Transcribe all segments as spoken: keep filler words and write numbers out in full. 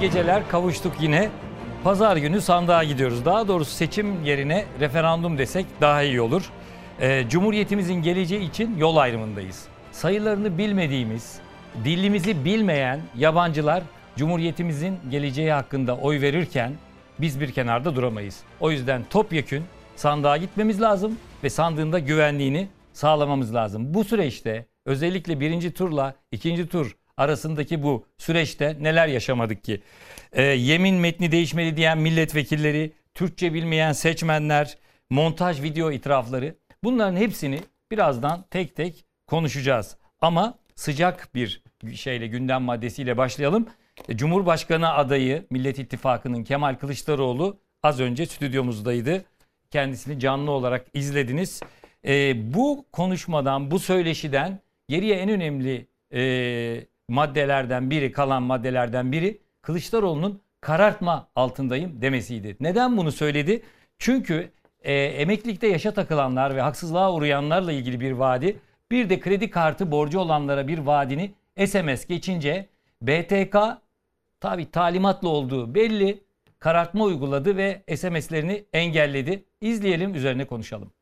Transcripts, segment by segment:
geceler, kavuştuk yine. Pazar günü sandığa gidiyoruz. Daha doğrusu seçim yerine referandum desek daha iyi olur. Ee, Cumhuriyetimizin geleceği için yol ayrımındayız. Sayılarını bilmediğimiz, dilimizi bilmeyen yabancılar Cumhuriyetimizin geleceği hakkında oy verirken biz bir kenarda duramayız. O yüzden topyekün sandığa gitmemiz lazım ve sandığın da güvenliğini sağlamamız lazım. Bu süreçte özellikle birinci turla ikinci tur arasındaki bu süreçte neler yaşamadık ki? Ee, yemin metni değişmeli diyen milletvekilleri, Türkçe bilmeyen seçmenler, montaj video itirafları, bunların hepsini birazdan tek tek konuşacağız. Ama sıcak bir şeyle, gündem maddesiyle başlayalım. Cumhurbaşkanı adayı Millet İttifakı'nın Kemal Kılıçdaroğlu az önce stüdyomuzdaydı. Kendisini canlı olarak izlediniz. Ee, bu konuşmadan, bu söyleşiden geriye en önemli e, maddelerden biri, kalan maddelerden biri Kılıçdaroğlu'nun karartma altındayım demesiydi. Neden bunu söyledi? Çünkü e, emeklilikte yaşa takılanlar ve haksızlığa uğrayanlarla ilgili bir vaadi, bir de kredi kartı borcu olanlara bir vaadini S M S geçince B T K tabi talimatlı olduğu belli, karartma uyguladı ve S M S'lerini engelledi. İzleyelim, üzerine konuşalım.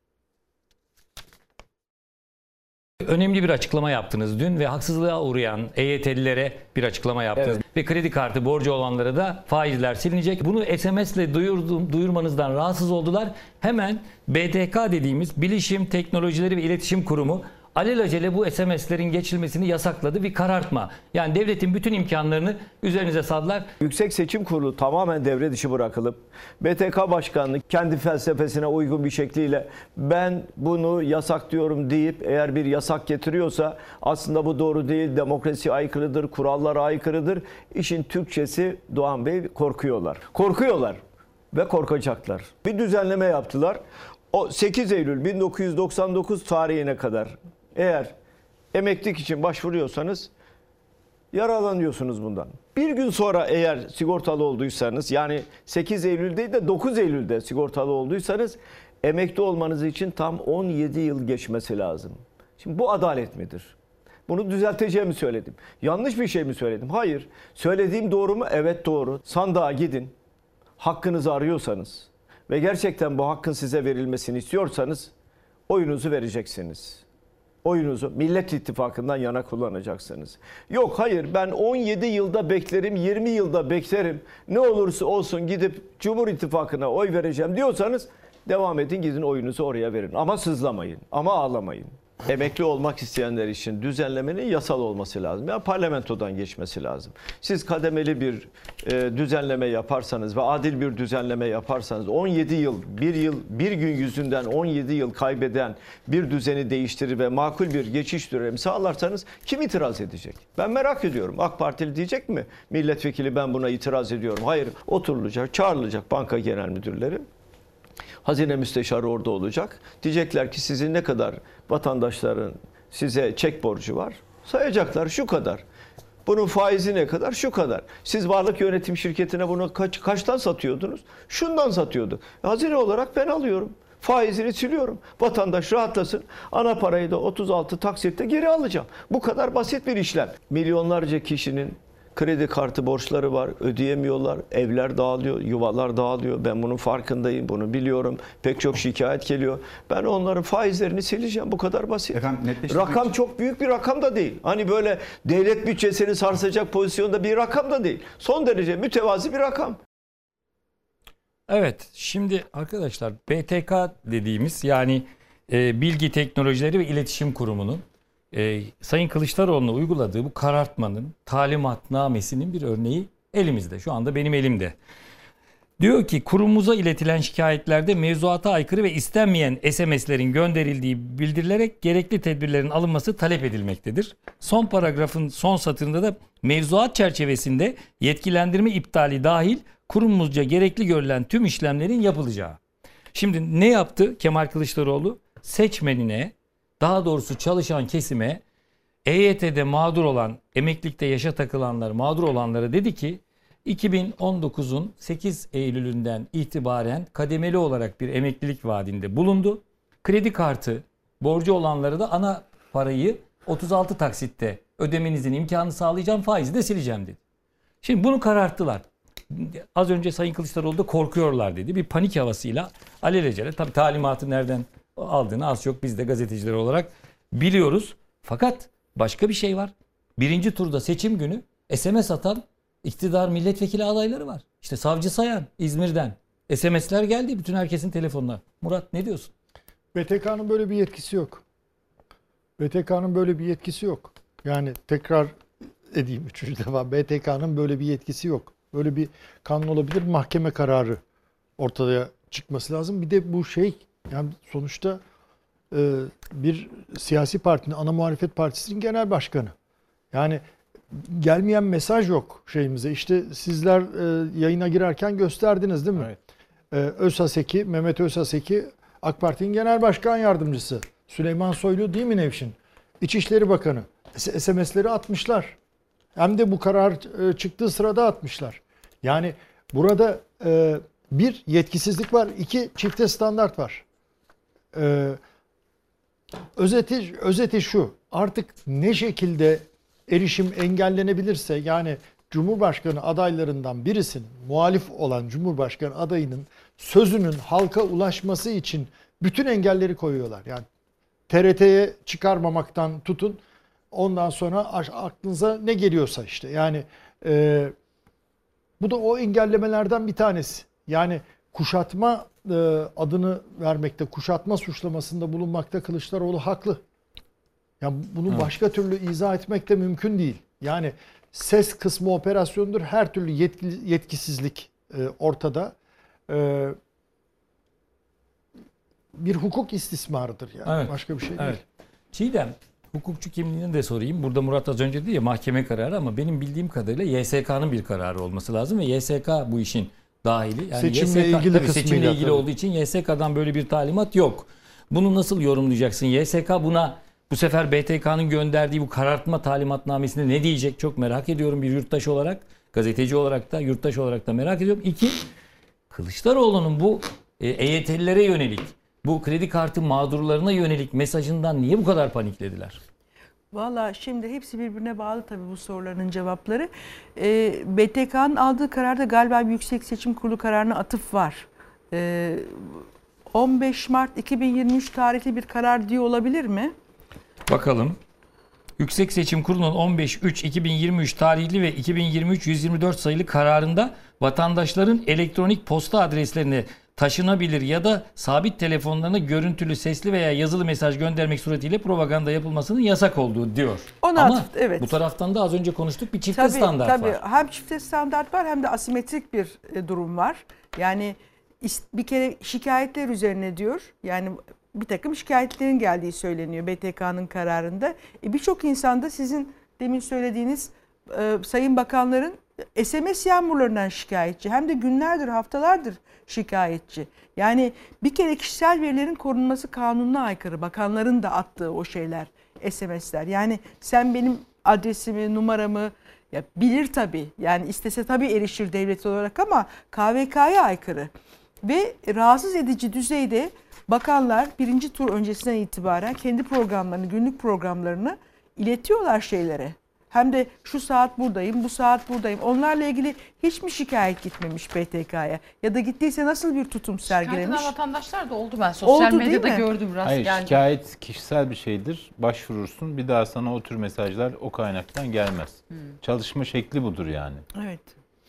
Önemli bir açıklama yaptınız dün ve haksızlığa uğrayan E Y T'lilere bir açıklama yaptınız. Evet. Ve kredi kartı borcu olanlara da faizler silinecek. Bunu S M S'le duyurdum, duyurmanızdan rahatsız oldular. Hemen B T K dediğimiz Bilişim Teknolojileri ve İletişim Kurumu alelacele bu S M S'lerin geçilmesini yasakladı. Bir karartma. Yani devletin bütün imkanlarını üzerinize saldılar. Yüksek Seçim Kurulu tamamen devre dışı bırakılıp B T K Başkanlığı kendi felsefesine uygun bir şekliyle ben bunu yasaklıyorum deyip eğer bir yasak getiriyorsa aslında bu doğru değil, demokrasiye aykırıdır, kurallara aykırıdır. İşin Türkçesi Doğan Bey korkuyorlar. Korkuyorlar ve korkacaklar. Bir düzenleme yaptılar. O sekiz Eylül bin dokuz yüz doksan dokuz tarihine kadar eğer emeklilik için başvuruyorsanız yararlanıyorsunuz bundan. Bir gün sonra eğer sigortalı olduysanız, yani sekiz Eylül değil de dokuz Eylül'de sigortalı olduysanız emekli olmanız için tam on yedi yıl geçmesi lazım. Şimdi bu adalet midir? Bunu düzelteceğimi söyledim. Yanlış bir şey mi söyledim? Hayır. Söylediğim doğru mu? Evet doğru. Sandığa gidin. Hakkınızı arıyorsanız ve gerçekten bu hakkın size verilmesini istiyorsanız oyunuzu vereceksiniz. Oyunuzu Millet İttifakı'ndan yana kullanacaksınız. Yok hayır ben on yedi yılda beklerim, yirmi yılda beklerim. Ne olursa olsun gidip Cumhur İttifakı'na oy vereceğim diyorsanız devam edin, gidin oyunuzu oraya verin. Ama sızlamayın, ama ağlamayın. Emekli olmak isteyenler için düzenlemenin yasal olması lazım. Yani parlamentodan geçmesi lazım. Siz kademeli bir e, düzenleme yaparsanız ve adil bir düzenleme yaparsanız on yedi yıl, bir yıl, bir gün yüzünden on yedi yıl kaybeden bir düzeni değiştirir ve makul bir geçiş dönemi sağlarsanız kim itiraz edecek? Ben merak ediyorum. AK Partili diyecek mi? Milletvekili ben buna itiraz ediyorum. Hayır, oturulacak, çağrılacak banka genel müdürleri. Hazine müsteşarı orada olacak. Diyecekler ki sizin ne kadar vatandaşların size çek borcu var? Sayacaklar şu kadar. Bunun faizi ne kadar? Şu kadar. Siz varlık yönetim şirketine bunu kaç, kaçtan satıyordunuz? Şundan satıyordu. Hazine olarak ben alıyorum. Faizini siliyorum. Vatandaş rahatlasın. Ana parayı da otuz altı taksitte geri alacağım. Bu kadar basit bir işlem. Milyonlarca kişinin kredi kartı borçları var, ödeyemiyorlar, evler dağılıyor, yuvalar dağılıyor. Ben bunun farkındayım, bunu biliyorum. Pek çok şikayet geliyor. Ben onların faizlerini sileceğim, bu kadar basit. Efendim, rakam için çok büyük bir rakam da değil. Hani böyle devlet bütçesini sarsacak pozisyonda bir rakam da değil. Son derece mütevazi bir rakam. Evet, şimdi arkadaşlar B T K dediğimiz yani e, Bilgi Teknolojileri ve İletişim Kurumu'nun Ee, Sayın Kılıçdaroğlu'na uyguladığı bu karartmanın talimatnamesinin bir örneği elimizde. Şu anda benim elimde. Diyor ki kurumumuza iletilen şikayetlerde mevzuata aykırı ve istenmeyen S M S'lerin gönderildiği bildirilerek gerekli tedbirlerin alınması talep edilmektedir. Son paragrafın son satırında da mevzuat çerçevesinde yetkilendirme iptali dahil kurumumuzca gerekli görülen tüm işlemlerin yapılacağı. Şimdi ne yaptı Kemal Kılıçdaroğlu? Seçmenine, daha doğrusu çalışan kesime, E Y T'de mağdur olan, emeklilikte yaşa takılanlar, mağdur olanlara dedi ki iki bin on dokuzun sekiz Eylül'ünden itibaren kademeli olarak bir emeklilik vaadinde bulundu. Kredi kartı borcu olanlara da ana parayı otuz altı taksitte ödemenizin imkanını sağlayacağım, faizi de sileceğim dedi. Şimdi bunu kararttılar. Az önce Sayın Kılıçdaroğlu da korkuyorlar dedi. Bir panik havasıyla alelacele, tabii talimatı nereden aldığını az çok biz de gazeteciler olarak biliyoruz. Fakat başka bir şey var. Birinci turda seçim günü S M S atan iktidar milletvekili adayları var. İşte Savcı Sayan İzmir'den S M S'ler geldi bütün herkesin telefonuna. Murat ne diyorsun? B T K'nın böyle bir yetkisi yok. B T K'nın böyle bir yetkisi yok. Yani tekrar edeyim üçüncü defa. B T K'nın böyle bir yetkisi yok. Böyle bir kanun olabilir, mahkeme kararı ortaya çıkması lazım. Bir de bu şey, yani sonuçta e, bir siyasi partinin, ana muhalefet partisinin genel başkanı. Yani gelmeyen mesaj yok şeyimize. İşte sizler e, yayına girerken gösterdiniz değil mi? Evet. E, Özhaseki, Mehmet Özhaseki AK Parti'nin genel başkan yardımcısı. Süleyman Soylu değil mi Nevşin? İçişleri Bakanı. S M S'leri atmışlar. Hem de bu karar e, çıktığı sırada atmışlar. Yani burada e, bir yetkisizlik var, iki çifte standart var. E, özeti, özeti şu, artık ne şekilde erişim engellenebilirse, yani Cumhurbaşkanı adaylarından birisinin, muhalif olan Cumhurbaşkanı adayının sözünün halka ulaşması için bütün engelleri koyuyorlar. Yani T R T'ye çıkarmamaktan tutun, ondan sonra aklınıza ne geliyorsa işte. Yani e, bu da o engellemelerden bir tanesi. Yani kuşatma e, adını vermekte, kuşatma suçlamasında bulunmakta Kılıçdaroğlu haklı. Yani bunu evet. başka türlü izah etmek de mümkün değil. Yani ses kısmı operasyonudur. Her türlü yetki, yetkisizlik e, ortada. E, bir hukuk istismarıdır yani. Evet. Başka bir şey değil. Evet. Çiğdem, hukukçu kimliğini de sorayım. Burada Murat az önce dedi ya mahkeme kararı, ama benim bildiğim kadarıyla Y S K'nın bir kararı olması lazım ve Y S K bu işin dahili. Yani seçimle Y S K, ilgili kısmıyla. Seçimle ilgili tabii. olduğu için Y S K'dan böyle bir talimat yok. Bunu nasıl yorumlayacaksın? Y S K buna bu sefer B T K'nın gönderdiği bu karartma talimatnamesinde ne diyecek çok merak ediyorum bir yurttaş olarak. Gazeteci olarak da, yurttaş olarak da merak ediyorum. İki, Kılıçdaroğlu'nun bu E Y T'lilere yönelik, bu kredi kartı mağdurlarına yönelik mesajından niye bu kadar paniklediler? Valla şimdi hepsi birbirine bağlı tabii bu soruların cevapları. Ee, B T K'nın aldığı kararda galiba bir Yüksek Seçim Kurulu kararına atıf var. Ee, on beş Mart iki bin yirmi üç tarihli bir karar diye olabilir mi? Bakalım. Yüksek Seçim Kurulu'nun on beş üç iki bin yirmi üç tarihli ve iki bin yirmi üç yüz yirmi dört sayılı kararında vatandaşların elektronik posta adreslerine taşınabilir ya da sabit telefonlarına görüntülü, sesli veya yazılı mesaj göndermek suretiyle propaganda yapılmasının yasak olduğu diyor. Ona Ama atıf, evet. bu taraftan da az önce konuştuk bir çifte tabii, standart tabii. var. Hem çifte standart var hem de asimetrik bir durum var. Yani bir kere şikayetler üzerine diyor. Yani bir takım şikayetlerin geldiği söyleniyor B T K'nın kararında. E Birçok insan da sizin demin söylediğiniz e, sayın bakanların S M S yağmurlarından şikayetçi. Hem de günlerdir, haftalardır şikayetçi. Yani bir kere kişisel verilerin korunması kanununa aykırı. Bakanların da attığı o şeyler, S M S'ler. Yani sen benim adresimi, numaramı ya bilir tabii. Yani istese tabii erişir devlet olarak ama K V K'ya aykırı. Ve rahatsız edici düzeyde bakanlar birinci tur öncesinden itibaren kendi programlarını, günlük programlarını iletiyorlar şeylere. Hem de şu saat buradayım, bu saat buradayım. Onlarla ilgili hiç mi şikayet gitmemiş B T K'ya? Ya da gittiyse nasıl bir tutum sergilemiş? Şikayet eden vatandaşlar da oldu, ben sosyal oldu, medyada gördüm. Rast Hayır, geldi. şikayet kişisel bir şeydir. Başvurursun, bir daha sana o tür mesajlar o kaynaktan gelmez. Hmm. Çalışma şekli budur yani. Evet.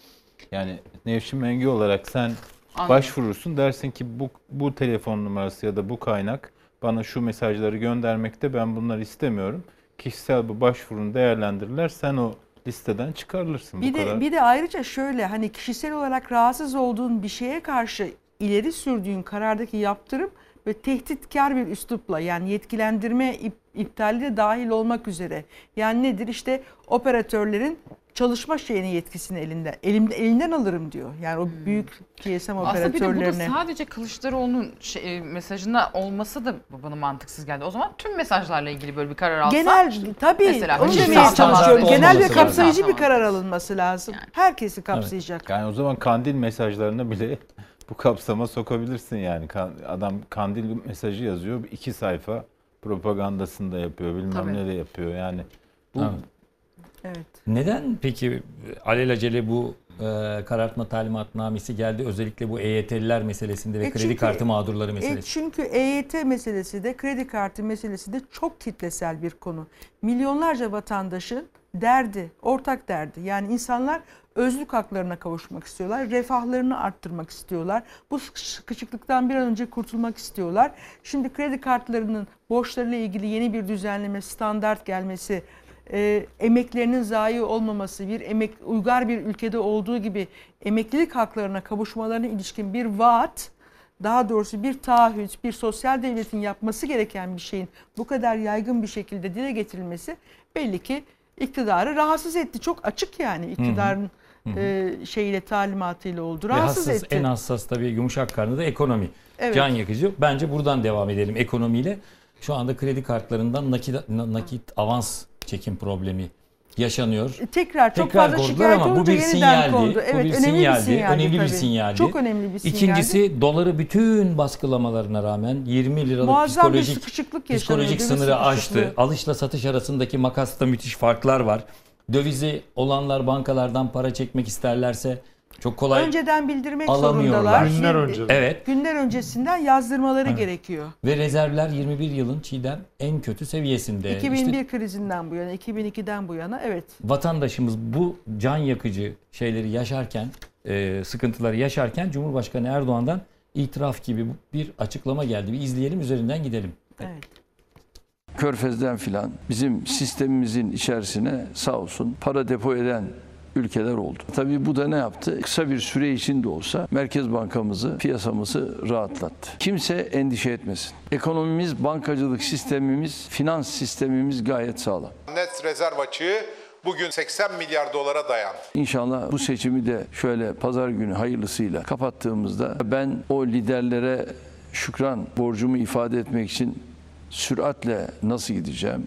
Yani Nevşin Mengü olarak sen Anladım. başvurursun, dersin ki bu, bu telefon numarası ya da bu kaynak bana şu mesajları göndermekte, ben bunları istemiyorum. Kişisel bir başvurunu değerlendirirler, sen o listeden çıkarılırsın. Bir bu de kadar. bir de ayrıca şöyle, hani kişisel olarak rahatsız olduğun bir şeye karşı ileri sürdüğün karardaki yaptırım ve tehditkar bir üslupla, yani yetkilendirme ip, iptali de dahil olmak üzere. Yani nedir? İşte operatörlerin çalışma şeyini, yetkisini elinden elimde elinden alırım diyor. Yani o büyük G S M operatörlerine. Aslında bir de bu da sadece Kılıçdaroğlu'nun şey, mesajında olması da bana mantıksız geldi. O zaman tüm mesajlarla ilgili böyle bir karar alsa. Genel tabii mesela, onu kişisel demeye çalışıyorum. Genel ve kapsayıcı lazım. bir karar alınması lazım. Yani. Herkesi kapsayacak. Evet. Yani o zaman kandil mesajlarına bile bu kapsama sokabilirsin yani. Adam kandil mesajı yazıyor, iki sayfa propagandasını da yapıyor, bilmem tabii. ne de yapıyor yani. Bu evet. Evet. Neden peki alelacele bu e, karartma talimatnamesi geldi. Özellikle bu E Y T'liler meselesinde ve E kredi çünkü- kartı mağdurları E meselesi. çünkü E Y T meselesi de kredi kartı meselesi de çok kitlesel bir konu. Milyonlarca vatandaşın derdi, ortak derdi. Yani insanlar özlük haklarına kavuşmak istiyorlar, refahlarını arttırmak istiyorlar. Bu sıkışıklıktan bir an önce kurtulmak istiyorlar. Şimdi kredi kartlarının borçlarıyla ilgili yeni bir düzenleme, standart gelmesi, e, emeklerinin zayi olmaması, bir emek uygar bir ülkede olduğu gibi emeklilik haklarına kavuşmalarına ilişkin bir vaat, daha doğrusu bir taahhüt, bir sosyal devletin yapması gereken bir şeyin bu kadar yaygın bir şekilde dile getirilmesi belli ki iktidarı rahatsız etti. Çok açık yani iktidarın e, şeyiyle, talimatıyla oldu. Ve Rahatsız hassas, etti. en hassas tabii yumuşak karnı da ekonomi. Evet. Can yakıcı. Bence buradan devam edelim ekonomiyle. Şu anda kredi kartlarından nakit, nakit avans çekim problemi yaşanıyor. Tekrar çok Tekrar fazla kondular şikayet ama bu olunca bir yeniden sinyaldi. kondu. Bu Evet, bir önemli sinyaldi. bir sinyaldi. Önemli bir tabii. sinyaldi. Çok önemli bir sinyaldi. İkincisi doları bütün baskılamalarına rağmen yirmi liralık Muazzam bir psikolojik sıkışıklık yaşanıyor, psikolojik döviz sınırı aştı. sıkışıklığı. Alışla satış arasındaki makasta müthiş farklar var. Dövizi olanlar bankalardan para çekmek isterlerse çok kolay. Önceden bildirmek alamıyorlar. zorundalar. Günler Şimdi- önce. Evet. Günler öncesinden yazdırmaları gerekiyor. Ve rezervler yirmi bir yılın Çiğdem en kötü seviyesinde. iki bin bir İşte krizinden bu yana, iki bin ikiden bu yana evet. vatandaşımız bu can yakıcı şeyleri yaşarken, e, sıkıntıları yaşarken Cumhurbaşkanı Erdoğan'dan itiraf gibi bir açıklama geldi. Bir izleyelim, üzerinden gidelim. Evet. Körfez'den filan bizim sistemimizin içerisine sağ olsun para depo eden ülkeler oldu. Tabii bu da ne yaptı? Kısa bir süre için de olsa Merkez Bankamızı, piyasamızı rahatlattı. Kimse endişe etmesin. Ekonomimiz, bankacılık sistemimiz, finans sistemimiz gayet sağlam. Net rezerv açığı bugün seksen milyar dolara dayandı. İnşallah bu seçimi de şöyle pazar günü hayırlısıyla kapattığımızda ben o liderlere şükran borcumu ifade etmek için süratle nasıl gideceğim?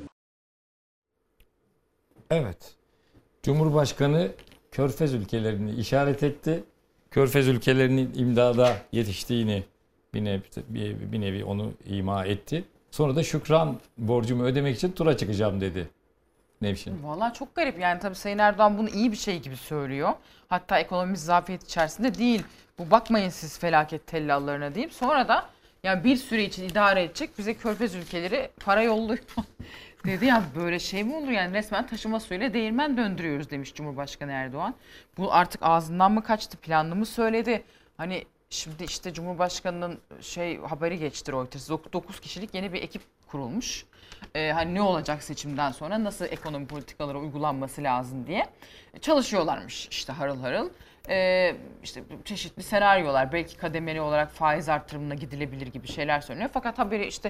Evet. Cumhurbaşkanı Körfez ülkelerini işaret etti. Körfez ülkelerinin imdada yetiştiğini bir nevi, bir, bir nevi onu ima etti. Sonra da şükran borcumu ödemek için tura çıkacağım dedi Nevşin. Vallahi çok garip yani tabii Sayın Erdoğan bunu iyi bir şey gibi söylüyor. Hatta ekonomimiz zafiyet içerisinde değil. Bu bakmayın siz felaket tellallarına deyip sonra da yani bir süre için idare edecek bize Körfez ülkeleri para yolluyor. Dedi ya böyle şey mi olur yani resmen taşıma suyuyla değirmen döndürüyoruz demiş Cumhurbaşkanı Erdoğan. Bu artık ağzından mı kaçtı, planlı mı söyledi? Hani şimdi işte Cumhurbaşkanı'nın şey haberi geçti Reuters. dokuz kişilik yeni bir ekip kurulmuş. Ee, hani ne olacak seçimden sonra nasıl ekonomi politikaları uygulanması lazım diye çalışıyorlarmış işte harıl harıl. Ee, işte çeşitli senaryolar belki kademeli olarak faiz artırımına gidilebilir gibi şeyler söyleniyor. Fakat haberi işte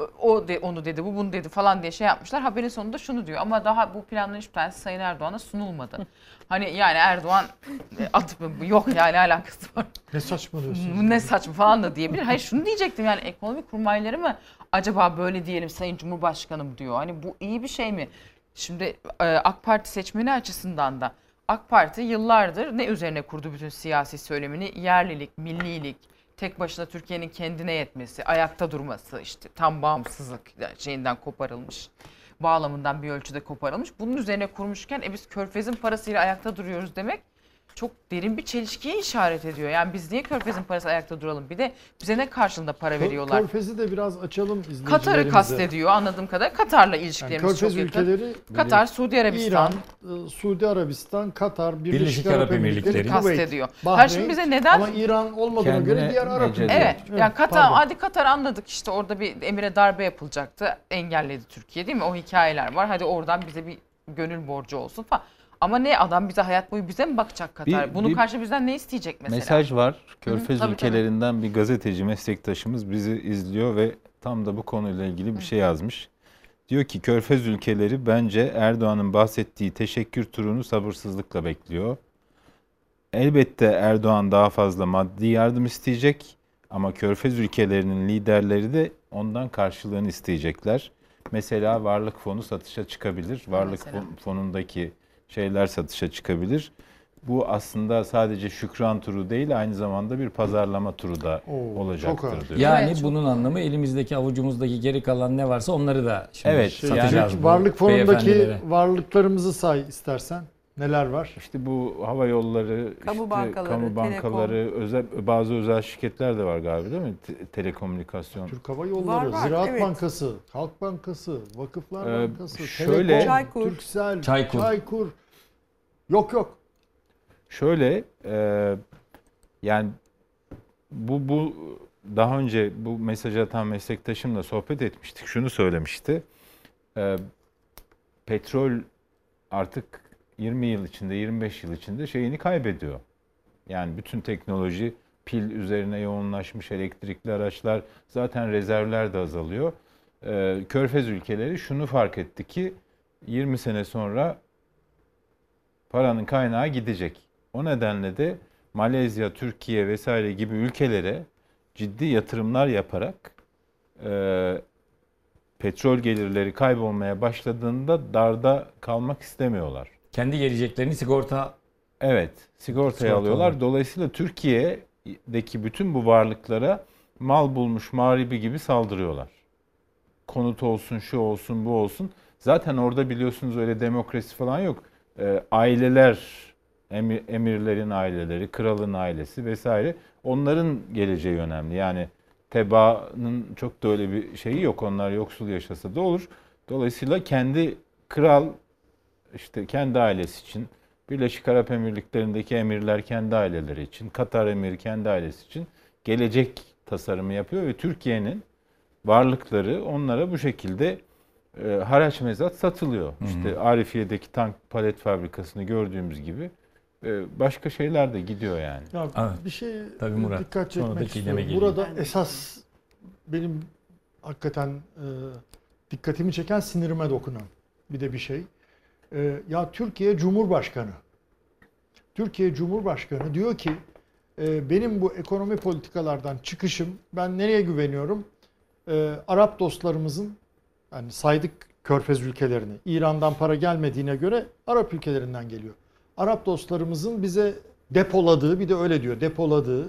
o de, onu dedi bu bunu dedi falan diye şey yapmışlar. Haberin sonunda şunu diyor ama daha bu planların hiçbir tanesi Sayın Erdoğan'a sunulmadı. Hani yani Erdoğan atıp yok yani alakası var. Ne saçmalıyorsunuz? Bu ne saçma falan da diyebilir. Hayır şunu diyecektim yani ekonomi kurmayları mı acaba böyle diyelim Sayın Cumhurbaşkanım diyor. Hani bu iyi bir şey mi? Şimdi AK Parti seçmeni açısından da AK Parti yıllardır ne üzerine kurdu bütün siyasi söylemini? Yerlilik, millilik, tek başına Türkiye'nin kendine yetmesi, ayakta durması, işte tam bağımsızlık şeyinden koparılmış, bağlamından bir ölçüde koparılmış. Bunun üzerine kurmuşken e biz Körfez'in parasıyla ayakta duruyoruz demek çok derin bir çelişkiye işaret ediyor. Yani biz niye Körfez'in parası ayakta duralım? Bir de bize ne karşılığında para veriyorlar? Körfez'i de biraz açalım izleyicilerimize. Katar'ı kastediyor anladığım kadarıyla. Katar'la Yani ilişkilerimiz Körfez çok yakın. ülkeleri Katar, Suudi Arabistan. İran, e, Suudi Arabistan, Katar, Birleşik, Birleşik Arap Arap Emirlikleri, Emirlikleri. Kuveyt, Kastediyor. Bahreyn. Her şimdi bize neden- Ama İran olmadığına Kendine göre diğer Arap necede- ülkeleri. Evet. Yani Katar, pardon. hadi Katar anladık işte orada bir emire darbe yapılacaktı. Engelledi Türkiye değil mi? O hikayeler var. Hadi oradan bize bir gönül borcu olsun falan. Ama ne adam bize hayat boyu bize mi bakacak Katar? Bir- Bunun bir karşı bizden ne isteyecek mesela? Mesaj var. Körfez tabii, ülkelerinden bir gazeteci meslektaşımız bizi izliyor ve tam da bu konuyla ilgili bir şey yazmış. Diyor ki Körfez ülkeleri bence Erdoğan'ın bahsettiği teşekkür turunu sabırsızlıkla bekliyor. Elbette Erdoğan daha fazla maddi yardım isteyecek ama Körfez ülkelerinin liderleri de ondan karşılığını isteyecekler. Mesela varlık fonu satışa çıkabilir. Varlık Mesela. fon- fonundaki şeyler satışa çıkabilir. Bu aslında sadece şükran turu değil, aynı zamanda bir pazarlama turu da Oo, çok olacaktır ağır. diyor. Yani Evet, çok- bunun anlamı elimizdeki avucumuzdaki geri kalan ne varsa onları da şimdi Evet, Şey, satacağız. yani bu varlık fonundaki beyefendilere. varlıklarımızı say istersen. Neler var? İşte bu hava yolları, Kamu işte bankaları, kamu bankaları, özel bazı özel şirketler de var galiba değil mi? Te- telekomünikasyon. Türk Hava Yolları, Var, var, Ziraat evet. Bankası, Halk Bankası, Vakıflar Ee, Bankası, şöyle- Telekom, Çaykur. Türksel, Çaykur. Çaykur. Yok yok. Şöyle e, yani bu bu daha önce bu mesajı atan meslektaşımla sohbet etmiştik. Şunu söylemişti. E, petrol artık yirmi yıl içinde, yirmi beş yıl içinde şeyini kaybediyor. Yani bütün teknoloji pil üzerine yoğunlaşmış, elektrikli araçlar, zaten rezervler de azalıyor. E, Körfez ülkeleri şunu fark etti ki yirmi sene sonra paranın kaynağı gidecek. O nedenle de Malezya, Türkiye vesaire gibi ülkelere ciddi yatırımlar yaparak e, petrol gelirleri kaybolmaya başladığında darda kalmak istemiyorlar. Kendi geleceklerini sigorta Evet, sigortaya Sigorta alıyorlar. olarak. Dolayısıyla Türkiye'deki bütün bu varlıklara mal bulmuş mağribi gibi saldırıyorlar. Konut olsun, şu olsun, bu olsun. Zaten orada biliyorsunuz öyle demokrasi falan yok. E, aileler, emir, emirlerin aileleri, kralın ailesi vesaire, onların geleceği önemli. Yani tebaanın çok da öyle bir şeyi yok. Onlar yoksul yaşasa da olur. Dolayısıyla kendi kral, işte kendi ailesi için, Birleşik Arap Emirlikleri'ndeki emirler kendi aileleri için, Katar emiri kendi ailesi için gelecek tasarımı yapıyor ve Türkiye'nin varlıkları onlara bu şekilde e, haraç mezat satılıyor. Hı hı. İşte Arifiye'deki tank palet fabrikasını gördüğümüz gibi e, başka şeyler de gidiyor yani. Ya Evet. bir şey Tabii Murat. dikkat Sonra da çekmek Çiğdem'e istiyorum. geleyim. Burada esas benim hakikaten e, dikkatimi çeken, sinirime dokunan bir de bir şey. E, ya Türkiye Cumhurbaşkanı. Türkiye Cumhurbaşkanı diyor ki e, benim bu ekonomi politikalardan çıkışım, ben nereye güveniyorum? E, Arap dostlarımızın, yani saydık Körfez ülkelerini, İran'dan para gelmediğine göre Arap ülkelerinden geliyor. Arap dostlarımızın bize depoladığı, bir de öyle diyor, depoladığı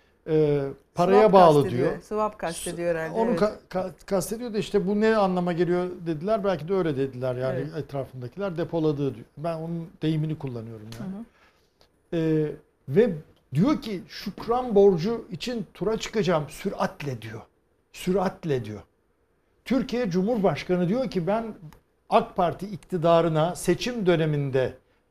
e, paraya Swap bağlı kastediyor. diyor. Swap kastediyor herhalde. Onu evet. ka- ka- kastediyor da işte bu ne anlama geliyor dediler. Belki de öyle dediler yani Evet. etrafındakiler, depoladığı diyor. Ben onun deyimini kullanıyorum yani. Hı hı. Ee, ve diyor ki şükran borcu için tura çıkacağım süratle diyor. Süratle diyor. Türkiye Cumhurbaşkanı diyor ki ben AK Parti iktidarına seçim döneminde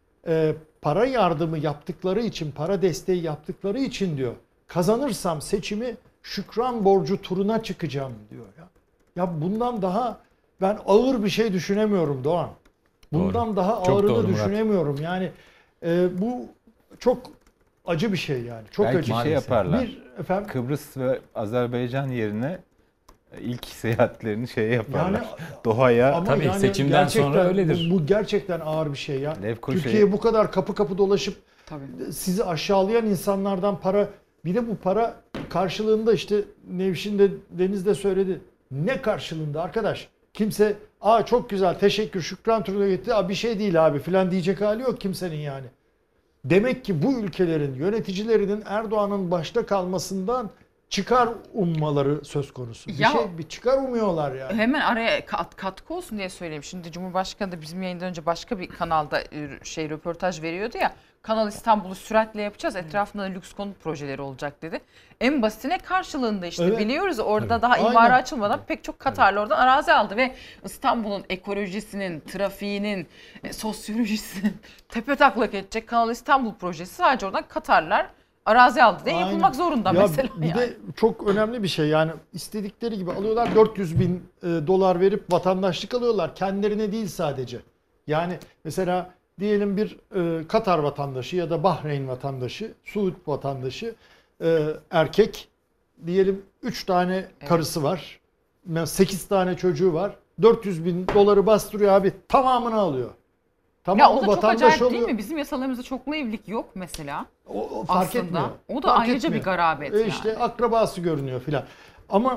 e, para yardımı yaptıkları için, para desteği yaptıkları için diyor, kazanırsam seçimi şükran borcu turuna çıkacağım diyor ya. Ya bundan daha ben ağır bir şey düşünemiyorum Doğan. Bundan Doğru. daha Çok ağırını doğru Murat. düşünemiyorum. Yani e, bu çok acı bir şey yani. Çok Belki acı. şey Maalesef. yaparlar. Bir efendim Kıbrıs ve Azerbaycan yerine ilk seyahatlerini şeye yaparlar. yani Doğaya. ama Tabii, yani seçimden gerçekten sonra öyledir. Bu, bu gerçekten ağır bir şey ya. Lefkoşa'ya- Türkiye bu kadar kapı kapı dolaşıp Tabii. sizi aşağılayan insanlardan para, bir de bu para karşılığında işte Nevşin de Deniz de söyledi. Ne karşılığında arkadaş? Kimse aa çok güzel teşekkür şükran turuna gitti. Aa bir şey değil abi filan diyecek hali yok kimsenin yani. Demek ki bu ülkelerin yöneticilerinin Erdoğan'ın başta kalmasından çıkar ummaları söz konusu. Bir Ya- şey bir çıkar umuyorlar yani. Hemen araya kat, katkı olsun diye söyleyeyim. Şimdi Cumhurbaşkanı da bizim yayından önce başka bir kanalda e, şey röportaj veriyordu ya. Kanal İstanbul'u süratle yapacağız. Etrafında da lüks konut projeleri olacak dedi. En basitine karşılığında işte Evet. biliyoruz orada Tabii. daha Aynen. imara açılmadan pek çok Katarlı oradan arazi aldı ve İstanbul'un ekolojisinin, trafiğinin, e, sosyolojisinin tepetaklak edecek Kanal İstanbul projesi sadece oradan Katarlar arazi aldı diye Aynen. yapılmak zorunda Ya mesela bir yani. de çok önemli bir şey yani istedikleri gibi alıyorlar, dört yüz bin e, dolar verip vatandaşlık alıyorlar kendilerine değil sadece. Yani mesela diyelim bir e, Katar vatandaşı ya da Bahreyn vatandaşı, Suud vatandaşı, e, erkek diyelim üç tane karısı var, sekiz tane çocuğu var, dört yüz bin doları bastırıyor abi, tamamını alıyor. Ya Tamamı o da çok vatandaş acayip oluyor. değil mi? Bizim yasalarımızda çoklu evlilik yok mesela. O, o fark Aslında. etmiyor. O da Fark ayrıca bir etmiyor. garabet E yani. İşte akrabası görünüyor filan. Ama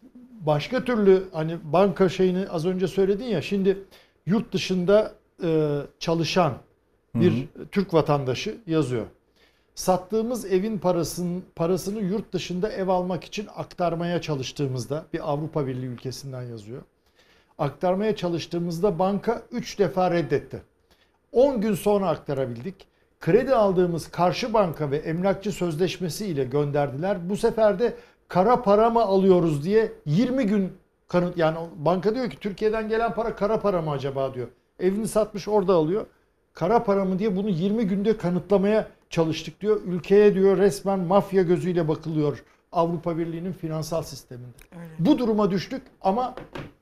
başka türlü hani banka şeyini az önce söyledin ya, şimdi yurt dışında e, çalışan bir Türk vatandaşı yazıyor. Sattığımız evin parasını, parasını yurt dışında ev almak için aktarmaya çalıştığımızda, bir Avrupa Birliği ülkesinden yazıyor. Aktarmaya çalıştığımızda banka üç defa reddetti. on gün sonra aktarabildik. Kredi aldığımız karşı banka ve emlakçı sözleşmesi ile gönderdiler. Bu sefer de kara para mı alıyoruz diye yirmi gün kanıt, yani banka diyor ki Türkiye'den gelen para kara para mı acaba diyor. Evini satmış orada alıyor. Kara para mı diye bunu yirmi günde kanıtlamaya çalıştık diyor. Ülkeye diyor resmen mafya gözüyle bakılıyor Avrupa Birliği'nin finansal sisteminde. Öyle. Bu duruma düştük ama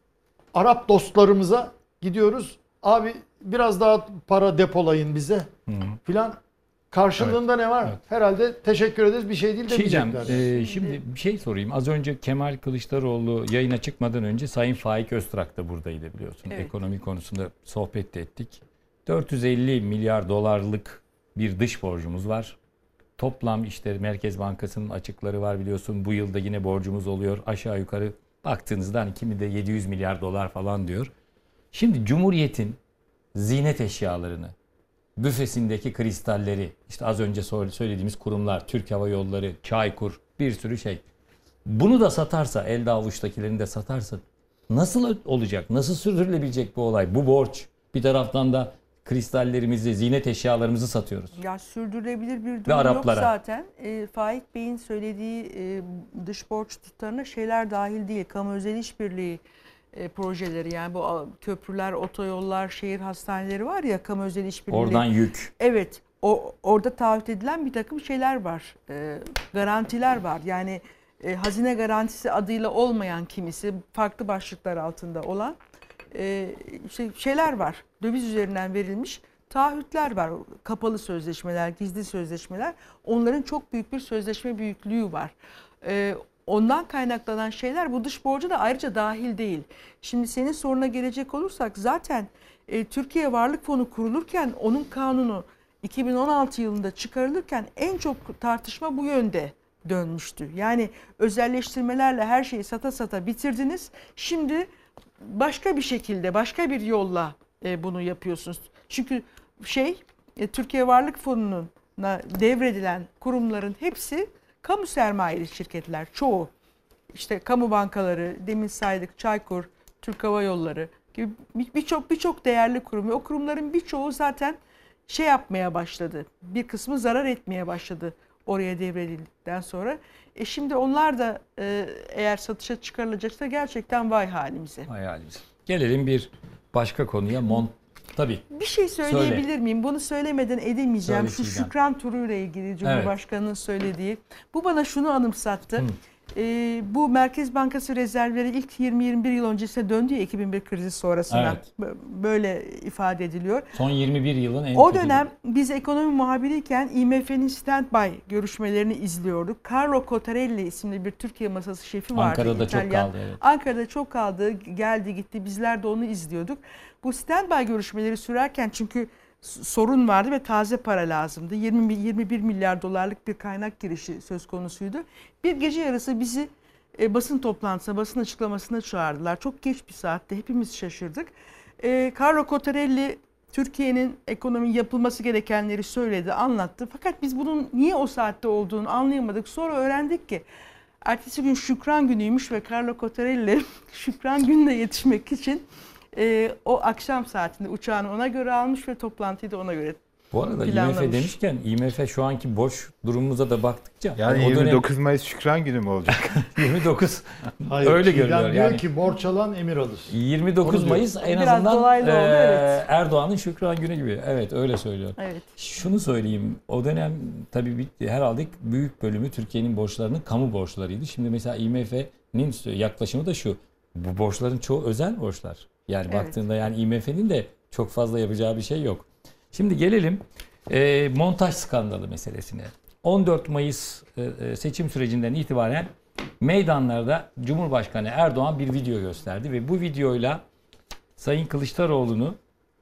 Arap dostlarımıza gidiyoruz. Abi biraz daha para depolayın bize filan. Karşılığında evet. ne var? Evet. Herhalde teşekkür ederiz, bir şey değil demeyecekler. Şey e, şimdi bir şey sorayım. Az önce Kemal Kılıçdaroğlu yayına çıkmadan önce Sayın Faik Öztrak da buradaydı biliyorsun. Evet. Ekonomi konusunda sohbet ettik. dört yüz elli milyar dolarlık bir dış borcumuz var. Toplam işte Merkez Bankası'nın açıkları var biliyorsun. Bu yılda yine borcumuz oluyor. Aşağı yukarı baktığınızda hani kimi de yedi yüz milyar dolar falan diyor. Şimdi Cumhuriyet'in ziynet eşyalarını, büfesindeki kristalleri, işte az önce söylediğimiz kurumlar, Türk Hava Yolları, Çaykur, bir sürü şey. Bunu da satarsa, elde avuçtakilerini de satarsa nasıl olacak? Nasıl sürdürülebilecek bu olay? Bu borç. Bir taraftan da kristallerimizi, ziynet eşyalarımızı satıyoruz. Ya sürdürülebilir bir durum yok zaten. E, Faik Bey'in söylediği e, dış borç tutarına şeyler dahil değil. Kamu özel işbirliği e, projeleri, yani bu köprüler, otoyollar, şehir hastaneleri var ya, kamu özel işbirliği. Oradan yük. Evet. O, orada taahhüt edilen bir takım şeyler var. E, garantiler var. Yani e, hazine garantisi adıyla olmayan, kimisi farklı başlıklar altında olan e, şey, şeyler var. Döviz üzerinden verilmiş taahhütler var. Kapalı sözleşmeler, gizli sözleşmeler. Onların çok büyük bir sözleşme büyüklüğü var. E, ondan kaynaklanan şeyler bu dış borca da ayrıca dahil değil. Şimdi senin soruna gelecek olursak zaten e, Türkiye Varlık Fonu kurulurken, onun kanunu iki bin on altı yılında çıkarılırken en çok tartışma bu yönde dönmüştü. Yani özelleştirmelerle her şeyi sata sata bitirdiniz. Şimdi başka bir şekilde, başka bir yolla e, bunu yapıyorsunuz. Çünkü şey, e, Türkiye Varlık Fonu'na devredilen kurumların hepsi kamu sermayeli şirketler. Çoğu. İşte kamu bankaları, demin saydık Çaykur, Türk Hava Yolları gibi birçok birçok değerli kurum. O kurumların birçoğu zaten şey yapmaya başladı. Bir kısmı zarar etmeye başladı oraya devredildikten sonra. E şimdi onlar da e, eğer satışa çıkarılacaksa gerçekten vay halimize. Vay halimize. Gelelim bir başka konuya. Mon Tabii. Bir şey söyleyebilir Söyle. miyim? Bunu söylemeden edemeyeceğim. Söyle, Şu Şükran turuyla ilgili Cumhurbaşkanı'nın evet. söylediği. Bu bana şunu anımsattı. Hı. Ee, bu Merkez Bankası rezervleri ilk yirmi yirmi bir yıl öncesine döndü ya, iki bin bir krizi sonrasında. Evet. Böyle ifade ediliyor. Son yirmi bir yılın en O dönem kötü. Biz ekonomi muhabiriyken I M F'nin standby görüşmelerini izliyorduk. Carlo Cottarelli isimli bir Türkiye masası şefi vardı. Ankara'da İtalyan. çok kaldı. Evet. Ankara'da çok kaldı. Geldi gitti. Bizler de onu izliyorduk. Bu standby görüşmeleri sürerken çünkü sorun vardı ve taze para lazımdı. yirmi yirmi bir milyar dolarlık bir kaynak girişi söz konusuydu. Bir gece yarısı bizi e, basın toplantısına, basın açıklamasına çağırdılar. Çok geç bir saatte, hepimiz şaşırdık. E, Carlo Cottarelli Türkiye'nin ekonomi yapılması gerekenleri söyledi, anlattı. Fakat biz bunun niye o saatte olduğunu anlayamadık. Sonra öğrendik ki ertesi gün Şükran günüymüş ve Carlo Cottarelli Şükran gününe yetişmek için Ee, o akşam saatinde uçağını ona göre almış ve toplantıyı da ona göre Bu arada I M F demişken I M F şu anki boş durumumuza da baktıkça yani, yani yirmi dokuz Mayıs Şükran günü mü olacak? yirmi dokuz Hayır, öyle görünüyor. Diyor yani ki borç alan emir alır. yirmi dokuz Mayıs en Biraz azından e, oldu, evet. Erdoğan'ın Şükran günü gibi. Evet, öyle söylüyor. Evet. Şunu söyleyeyim. O dönem tabii bir, herhalde büyük bölümü Türkiye'nin borçlarının kamu borçlarıydı. Şimdi mesela I M F'nin yaklaşımı da şu. Bu borçların çoğu özel borçlar. Yani evet. baktığında yani I M F'nin de çok fazla yapacağı bir şey yok. Şimdi gelelim e, montaj skandalı meselesine. on dört Mayıs e, seçim sürecinden itibaren meydanlarda Cumhurbaşkanı Erdoğan bir video gösterdi ve bu videoyla Sayın Kılıçdaroğlu'nu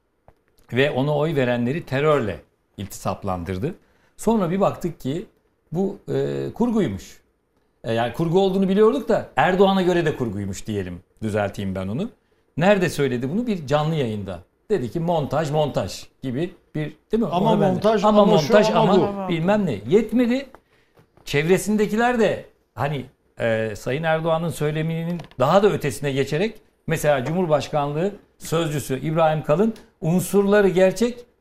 ve ona oy verenleri terörle iltisaplandırdı. Sonra bir baktık ki bu e, kurguymuş. E, yani kurgu olduğunu biliyorduk da Erdoğan'a göre de kurguymuş diyelim. Düzelteyim ben onu. Nerede söyledi bunu? Bir canlı yayında. Dedi ki montaj montaj gibi bir, değil mi? Ama Onu montaj ama, ama montaj şu, ama, ama bu. bilmem ne. Yetmedi. Çevresindekiler de hani e, Sayın Erdoğan'ın söyleminin daha da ötesine geçerek mesela Cumhurbaşkanlığı sözcüsü İbrahim Kalın unsurları gerçek,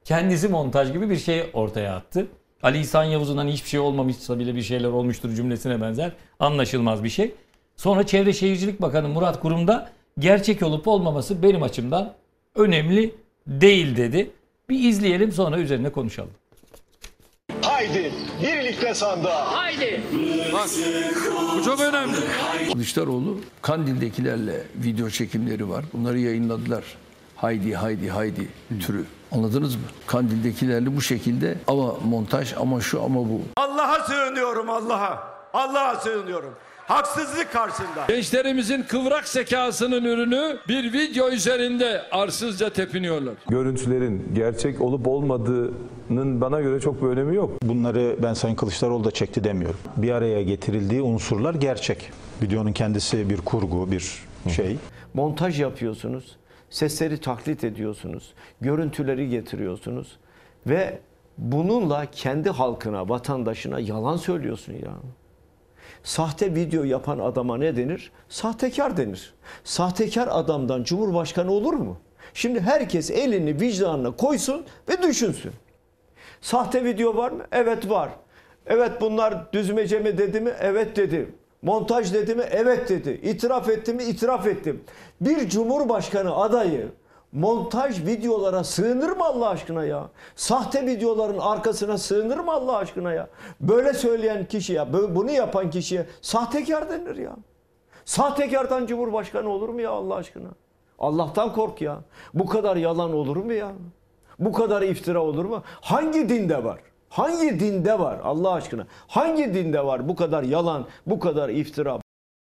kendisi montaj gibi bir şey ortaya attı. Ali İhsan Yavuz'un hani hiçbir şey olmamışsa bile bir şeyler olmuştur cümlesine benzer anlaşılmaz bir şey. Sonra Çevre Şehircilik Bakanı Murat Kurum da gerçek olup olmaması benim açımdan önemli değil dedi. Bir izleyelim, sonra üzerine konuşalım. Haydi birlikte sandığa. Haydi. Bak, bu çok önemli. Kılıçdaroğlu Kandil'dekilerle video çekimleri var. Bunları yayınladılar. Haydi haydi haydi türü. Anladınız mı? Kandil'dekilerle bu şekilde ama montaj ama şu ama bu. Allah'a sığınıyorum Allah'a. Allah'a sığınıyorum. Haksızlık karşısında. Gençlerimizin kıvrak zekasının ürünü bir video üzerinde arsızca tepiniyorlar. Görüntülerin gerçek olup olmadığının bana göre çok bir önemi yok. Bunları ben Sayın Kılıçdaroğlu da çekti demiyorum. Bir araya getirildiği unsurlar gerçek. Videonun kendisi bir kurgu, bir şey. Montaj yapıyorsunuz. Sesleri taklit ediyorsunuz. Görüntüleri getiriyorsunuz. Ve bununla kendi halkına, vatandaşına yalan söylüyorsun ya. Sahte video yapan adama ne denir? Sahtekar denir. Sahtekar adamdan Cumhurbaşkanı olur mu? Şimdi herkes elini vicdanına koysun ve düşünsün. Sahte video var mı? Evet var. Evet bunlar düzmece mi dedi mi? Evet dedi. Montaj dedi mi? Evet dedi. İtiraf etti mi? İtiraf ettim. Bir Cumhurbaşkanı adayı montaj videolara sığınır mı Allah aşkına ya? Sahte videoların arkasına sığınır mı Allah aşkına ya? Böyle söyleyen kişiye, bunu yapan kişiye sahtekar denir ya. Sahtekardan Cumhurbaşkanı olur mu ya Allah aşkına? Allah'tan kork ya. Bu kadar yalan olur mu ya? Bu kadar iftira olur mu? Hangi dinde var? Hangi dinde var Allah aşkına? Hangi dinde var bu kadar yalan, bu kadar iftira?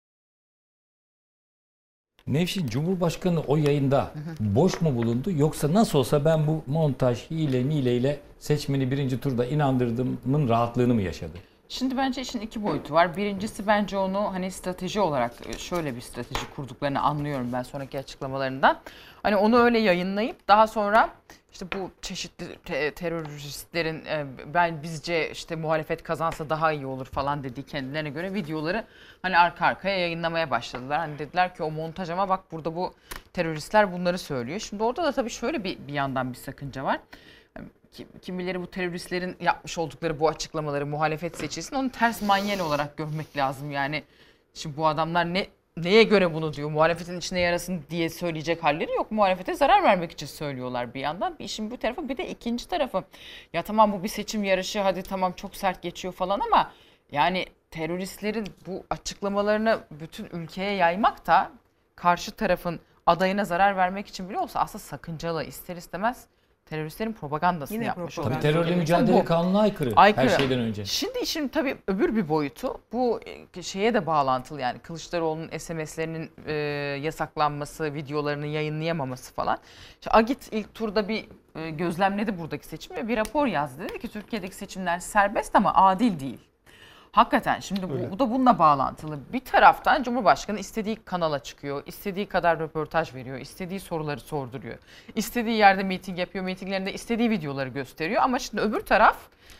Nevşin, Cumhurbaşkanı o yayında boş mu bulundu, yoksa nasıl olsa ben bu montaj, hile, mileyle seçmeni birinci turda inandırdığımın rahatlığını mı yaşadı? Şimdi bence işin iki boyutu var. Birincisi bence onu hani strateji olarak şöyle bir strateji kurduklarını anlıyorum ben sonraki açıklamalarından. Hani onu öyle yayınlayıp daha sonra işte bu çeşitli te- teröristlerin e, ben bizce işte muhalefet kazansa daha iyi olur falan dediği kendilerine göre videoları hani arka arkaya yayınlamaya başladılar. Hani dediler ki o montaj ama bak burada bu teröristler bunları söylüyor. Şimdi orada da tabii şöyle bir, bir yandan bir sakınca var. Kimileri bu teröristlerin yapmış oldukları bu açıklamaları muhalefet seçilsin, onu ters manyel olarak görmek lazım. Yani şimdi bu adamlar ne neye göre bunu diyor, muhalefetin içine yarasın diye söyleyecek halleri yok. Muhalefete zarar vermek için söylüyorlar bir yandan. Bir işin bu tarafı, bir de ikinci tarafı. Ya tamam bu bir seçim yarışı, hadi tamam çok sert geçiyor falan ama yani teröristlerin bu açıklamalarını bütün ülkeye yaymak da karşı tarafın adayına zarar vermek için bile olsa aslında sakıncalı, ister istemez teröristlerin propagandasını Yine yapmış propaganda. oluyor. Tabii terörle mücadele kanununa aykırı, aykırı her şeyden önce. Şimdi işin tabii öbür bir boyutu bu şeye de bağlantılı, yani Kılıçdaroğlu'nun S M S'lerinin e, yasaklanması, videolarını yayınlayamaması falan. İşte Agit ilk turda bir e, gözlemledi buradaki seçimi ve bir rapor yazdı. Dedi ki Türkiye'deki seçimler serbest ama adil değil. Hakikaten şimdi bu, bu da bununla bağlantılı. Bir taraftan Cumhurbaşkanı istediği kanala çıkıyor, istediği kadar röportaj veriyor, istediği soruları sorduruyor. İstediği yerde miting yapıyor, mitinglerinde istediği videoları gösteriyor. Ama şimdi öbür taraf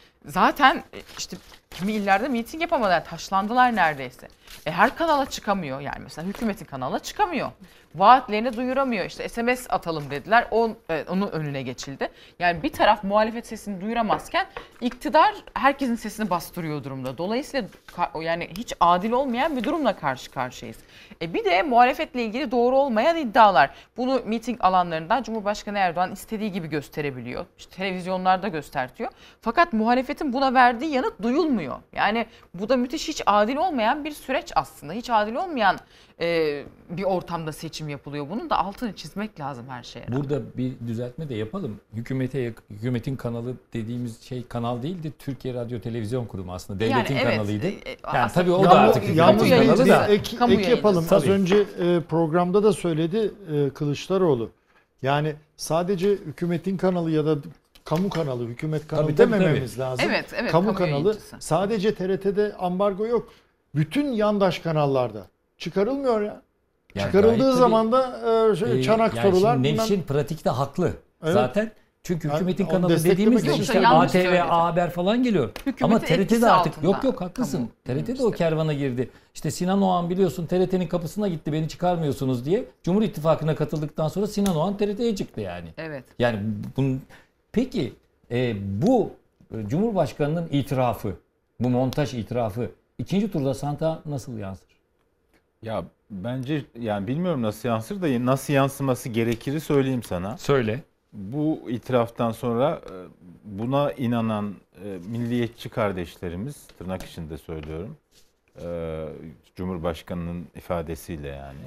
zaten işte kimi illerde miting yapamadılar, taşlandılar neredeyse. E her kanala çıkamıyor, yani mesela hükümetin kanalına çıkamıyor. Vaatlerini duyuramıyor. İşte S M S atalım dediler. O, evet, onun önüne geçildi. Yani bir taraf muhalefet sesini duyuramazken iktidar herkesin sesini bastırıyor durumda. Dolayısıyla yani hiç adil olmayan bir durumla karşı karşıyayız. E bir de muhalefetle ilgili doğru olmayan iddialar. Bunu miting alanlarından Cumhurbaşkanı Erdoğan istediği gibi gösterebiliyor. İşte televizyonlarda göstertiyor. Fakat muhalefetin buna verdiği yanıt duyulmuyor. Yani bu da müthiş, hiç adil olmayan bir süreç aslında. Hiç adil olmayan e, bir ortamda seçim yapılıyor. Bunun da altını çizmek lazım her şeye. Burada bir düzeltme de yapalım. Hükümete, hükümetin kanalı dediğimiz şey kanal değildi. Türkiye Radyo Televizyon Kurumu aslında. Devletin yani evet, kanalıydı. E, yani tabii o ya da bu, artık yalnız hükümetin kanalı da. Ek, ek yapalım. Az önce e, programda da söyledi e, Kılıçdaroğlu. Yani sadece hükümetin kanalı ya da kamu kanalı, hükümet kanalı tabii, tabii, demememiz tabii. lazım. Evet, evet, kamu, kamu kanalı yayıncısı. sadece T R T'de ambargo yok. Bütün yandaş kanallarda çıkarılmıyor ya. Yani çıkarıldığı zaman da e, şey, e, çanak yani sorular. Şimdi Nevşin bundan... pratikte haklı Evet. zaten. Çünkü Yani hükümetin onu kanalı desteklemek dediğimizde için işte yanlış A T V, söyledi. A Haber falan geliyor. Hükümetin Ama T R T'de etkisi artık altında. yok yok haklısın. Kamu T R T'de işte. o kervana girdi. İşte Sinan Oğan biliyorsun T R T'nin kapısına gitti, beni çıkarmıyorsunuz diye. Cumhur İttifakı'na katıldıktan sonra Sinan Oğan T R T'ye çıktı yani. Evet. Yani bunun Peki e, bu e, Cumhurbaşkanı'nın itirafı, bu montaj itirafı ikinci turda sandığa nasıl yansır? Ya bence yani bilmiyorum nasıl yansır da nasıl yansıması gerekiri söyleyeyim sana. Söyle. Bu itiraftan sonra buna inanan milliyetçi kardeşlerimiz, tırnak içinde söylüyorum, Cumhurbaşkanı'nın ifadesiyle yani,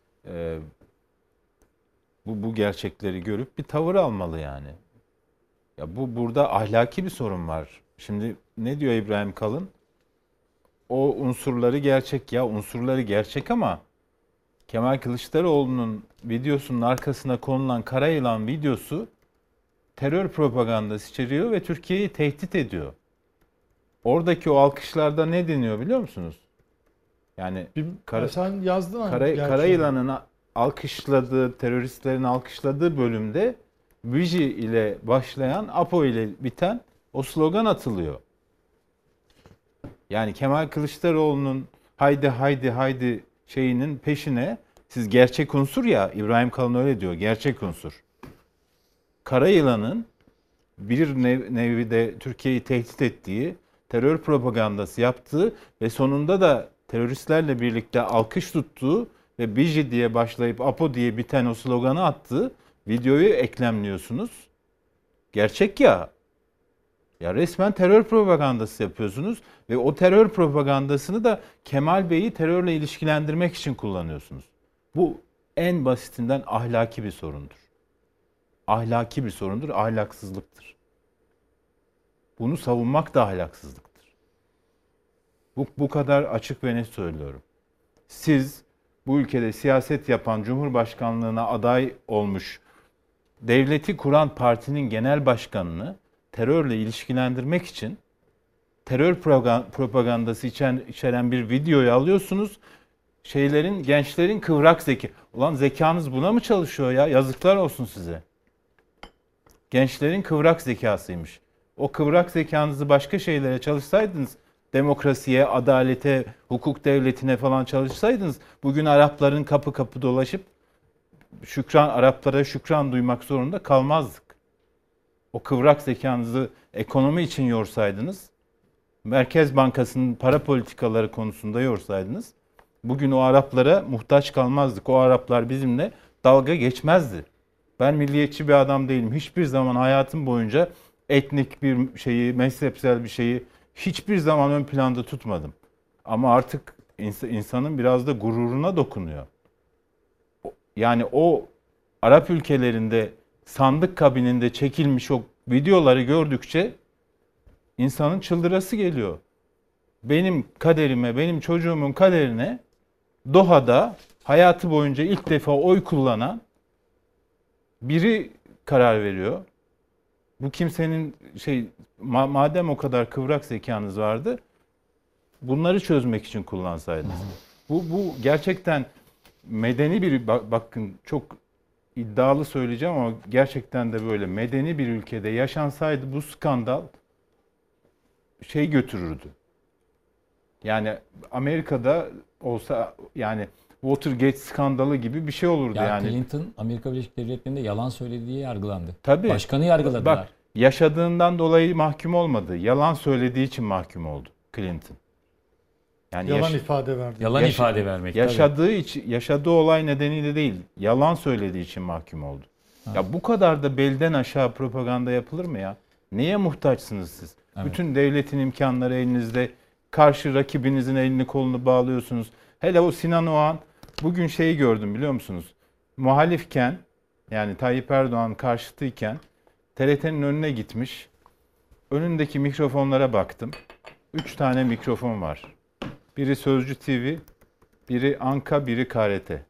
bu, bu gerçekleri görüp bir tavır almalı yani. Ya bu burada ahlaki bir sorun var. Şimdi ne diyor İbrahim Kalın? O unsurları gerçek, ya unsurları gerçek ama Kemal Kılıçdaroğlu'nun videosunun arkasına konulan kara yılan videosu terör propagandası içeriyor ve Türkiye'yi tehdit ediyor. Oradaki o alkışlarda ne deniyor biliyor musunuz? Yani kara, sen yazdın ama kara, kara yılanın alkışladığı, teröristlerin alkışladığı bölümde Biji ile başlayan, Apo ile biten o slogan atılıyor. Yani Kemal Kılıçdaroğlu'nun haydi haydi haydi şeyinin peşine siz gerçek unsur ya, İbrahim Kalın öyle diyor, gerçek unsur. Kara yılanın bir nev, nevi de Türkiye'yi tehdit ettiği, terör propagandası yaptığı ve sonunda da teröristlerle birlikte alkış tuttuğu ve Biji diye başlayıp Apo diye biten o sloganı attığı videoyu eklemliyorsunuz. Gerçek ya. Ya resmen terör propagandası yapıyorsunuz ve o terör propagandasını da Kemal Bey'i terörle ilişkilendirmek için kullanıyorsunuz. Bu en basitinden ahlaki bir sorundur. Ahlaki bir sorundur, ahlaksızlıktır. Bunu savunmak da ahlaksızlıktır. Bu, bu kadar açık ve net söylüyorum. Siz bu ülkede siyaset yapan, Cumhurbaşkanlığına aday olmuş, devleti kuran partinin genel başkanını terörle ilişkilendirmek için terör propagandası içeren, içeren bir videoyu alıyorsunuz. Şeylerin, gençlerin kıvrak zeki. Ulan zekanız buna mı çalışıyor ya? Yazıklar olsun size. Gençlerin kıvrak zekasıymış. O kıvrak zekanızı başka şeylere çalışsaydınız, demokrasiye, adalete, hukuk devletine falan çalışsaydınız, bugün Arapların kapı kapı dolaşıp şükran, Araplara şükran duymak zorunda kalmazdık. O kıvrak zekanızı ekonomi için yorsaydınız, Merkez Bankası'nın para politikaları konusunda yorsaydınız, bugün o Araplara muhtaç kalmazdık. O Araplar bizimle dalga geçmezdi. Ben milliyetçi bir adam değilim. Hiçbir zaman hayatım boyunca etnik bir şeyi, mezhepsel bir şeyi hiçbir zaman ön planda tutmadım. Ama artık insanın biraz da gururuna dokunuyor. Yani o Arap ülkelerinde sandık kabininde çekilmiş o videoları gördükçe insanın çıldırası geliyor. Benim kaderime, benim çocuğumun kaderine Doha'da hayatı boyunca ilk defa oy kullanan biri karar veriyor. Bu kimsenin şey ma- madem o kadar kıvrak zekanız vardı, bunları çözmek için kullansaydınız. Bu bu gerçekten medeni bir bakın çok iddialı söyleyeceğim ama gerçekten de böyle medeni bir ülkede yaşansaydı bu skandal şey götürürdü. Yani Amerika'da olsa yani Watergate skandalı gibi bir şey olurdu ya yani. Clinton Amerika Birleşik Devletleri'nde yalan söylediği yargılandı. Tabii. Başkanı yargıladılar. Bak yaşadığından dolayı mahkum olmadı. Yalan söylediği için mahkum oldu Clinton. Yani yalan yaş- ifade verdi. Yalan yaş- ifade vermek. Yaşadığı için, yaşadığı olay nedeniyle değil, yalan söylediği için mahkum oldu. Ha. Ya bu kadar da belden aşağı propaganda yapılır mı ya? Neye muhtaçsınız siz? Evet. Bütün devletin imkanları elinizde. Karşı rakibinizin elini kolunu bağlıyorsunuz. Hele o Sinan Oğan bugün şeyi gördüm biliyor musunuz? Muhalifken yani Tayyip Erdoğan karşıtıyken T R T'nin önüne gitmiş. Önündeki mikrofonlara baktım. Üç tane mikrofon var. Biri Sözcü T V, biri Anka, biri K R T.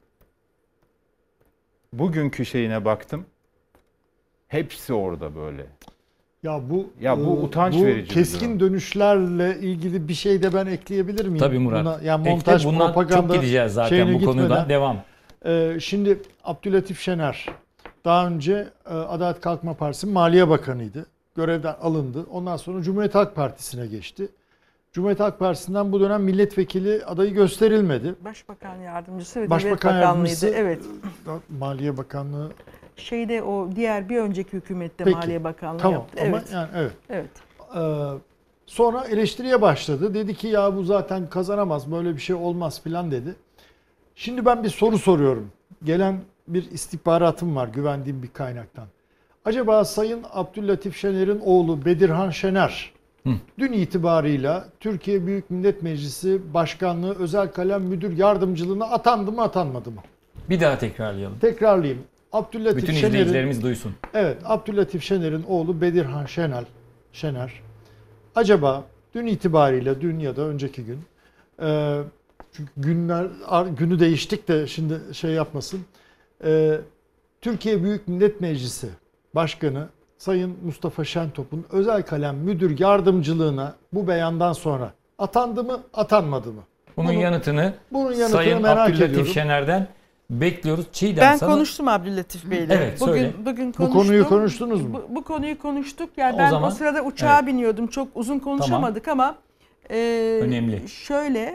Bugünkü şeyine baktım. Hepsi orada böyle. Ya bu ya bu utanç bu verici. Keskin dönüşlerle ilgili bir şey de ben ekleyebilir miyim? Tabii Murat. Buna, yani montaj Ekle, propaganda çok gideceğiz zaten bu konuda. Devam. Ee, şimdi Abdülatif Şener daha önce e, Adalet Kalkınma Partisi Maliye Bakanıydı. Görevden alındı. Ondan sonra Cumhuriyet Halk Partisi'ne geçti. Cumhuriyet Halk Partisi'nden bu dönem milletvekili adayı gösterilmedi. Başbakan yardımcısı ve Başbakan Devlet Bakanlığı'ydı. yardımcısı, Evet. Maliye Bakanlığı şeyde o diğer bir önceki hükümette Peki, Maliye Bakanlığı tamam, yaptı. Ama Evet. yani evet. Evet. Ee, sonra eleştiriye başladı. Dedi ki ya bu zaten kazanamaz, böyle bir şey olmaz filan dedi. Şimdi ben bir soru soruyorum. Gelen bir istihbaratım var güvendiğim bir kaynaktan. Acaba Sayın Abdüllatif Şener'in oğlu Bedirhan Şener Hı. dün itibarıyla Türkiye Büyük Millet Meclisi Başkanlığı Özel Kalem Müdür Yardımcılığına atandı mı atanmadı mı? Bir daha tekrarlayalım. Tekrarlayayım. Abdüllatif Bütün Şener'in, izleyicilerimiz duysun. Evet, Abdüllatif Şener'in oğlu Bedirhan Şener, Şener acaba dün itibariyle, dün ya da önceki gün, e, çünkü günler günü değiştik de şimdi şey yapmasın. E, Türkiye Büyük Millet Meclisi Başkanı Sayın Mustafa Şentop'un özel kalem müdür yardımcılığına bu beyandan sonra atandı mı, atanmadı mı? Bunun Bunu, yanıtını bunun yanıtını Sayın merak Abdüllatif ediyorum. Şener'den bekliyoruz. Çiğdem Ben sana... konuştum Abdüllatif Bey'le. Evet, bugün söyle. bugün Bu konuştum. konuyu konuştunuz mu? Bu, bu konuyu konuştuk. Yani O ben zaman- o sırada uçağa Evet. biniyordum. Çok uzun konuşamadık ama e, Önemli. şöyle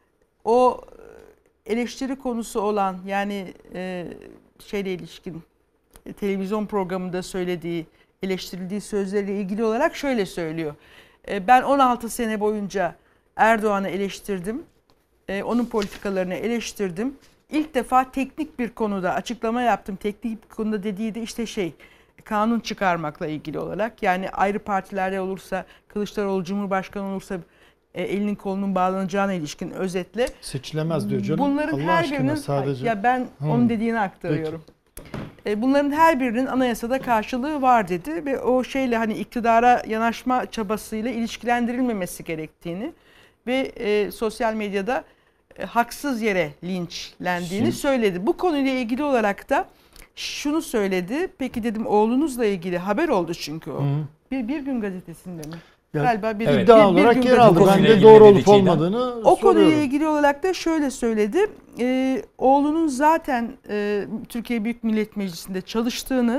o eleştiri konusu olan yani e, şeyle ilişkin e, televizyon programında söylediği eleştirildiği sözlerle ilgili olarak şöyle söylüyor. E, ben on altı sene boyunca Erdoğan'ı eleştirdim. E, onun politikalarını eleştirdim. İlk defa teknik bir konuda açıklama yaptım. Teknik bir konuda dediği de işte şey kanun çıkarmakla ilgili olarak. Yani ayrı partilerde olursa Kılıçdaroğlu Cumhurbaşkanı olursa e, elinin kolunun bağlanacağına ilişkin özetle. Seçilemez diyor canım. Bunların Allah her aşkına birinin sadece. ya ben Hmm. onun dediğini aktarıyorum. E, bunların her birinin anayasada karşılığı var dedi ve o şeyle hani iktidara yanaşma çabasıyla ilişkilendirilmemesi gerektiğini ve e, sosyal medyada e, haksız yere linçlendiğini Şimdi- söyledi. Bu konuyla ilgili olarak da şunu söyledi. Peki dedim oğlunuzla ilgili haber oldu çünkü o. Hı. Bir, bir gün gazetesinde mi? Ya, Galiba bir, Evet. bir, İddia bir olarak gün yer aldı. konuyla Ben de ilgili doğru dedi olup Çiğdem. olmadığını o soruyorum. konuyla ilgili olarak da şöyle söyledi. Ee, oğlunun zaten e, Türkiye Büyük Millet Meclisi'nde çalıştığını,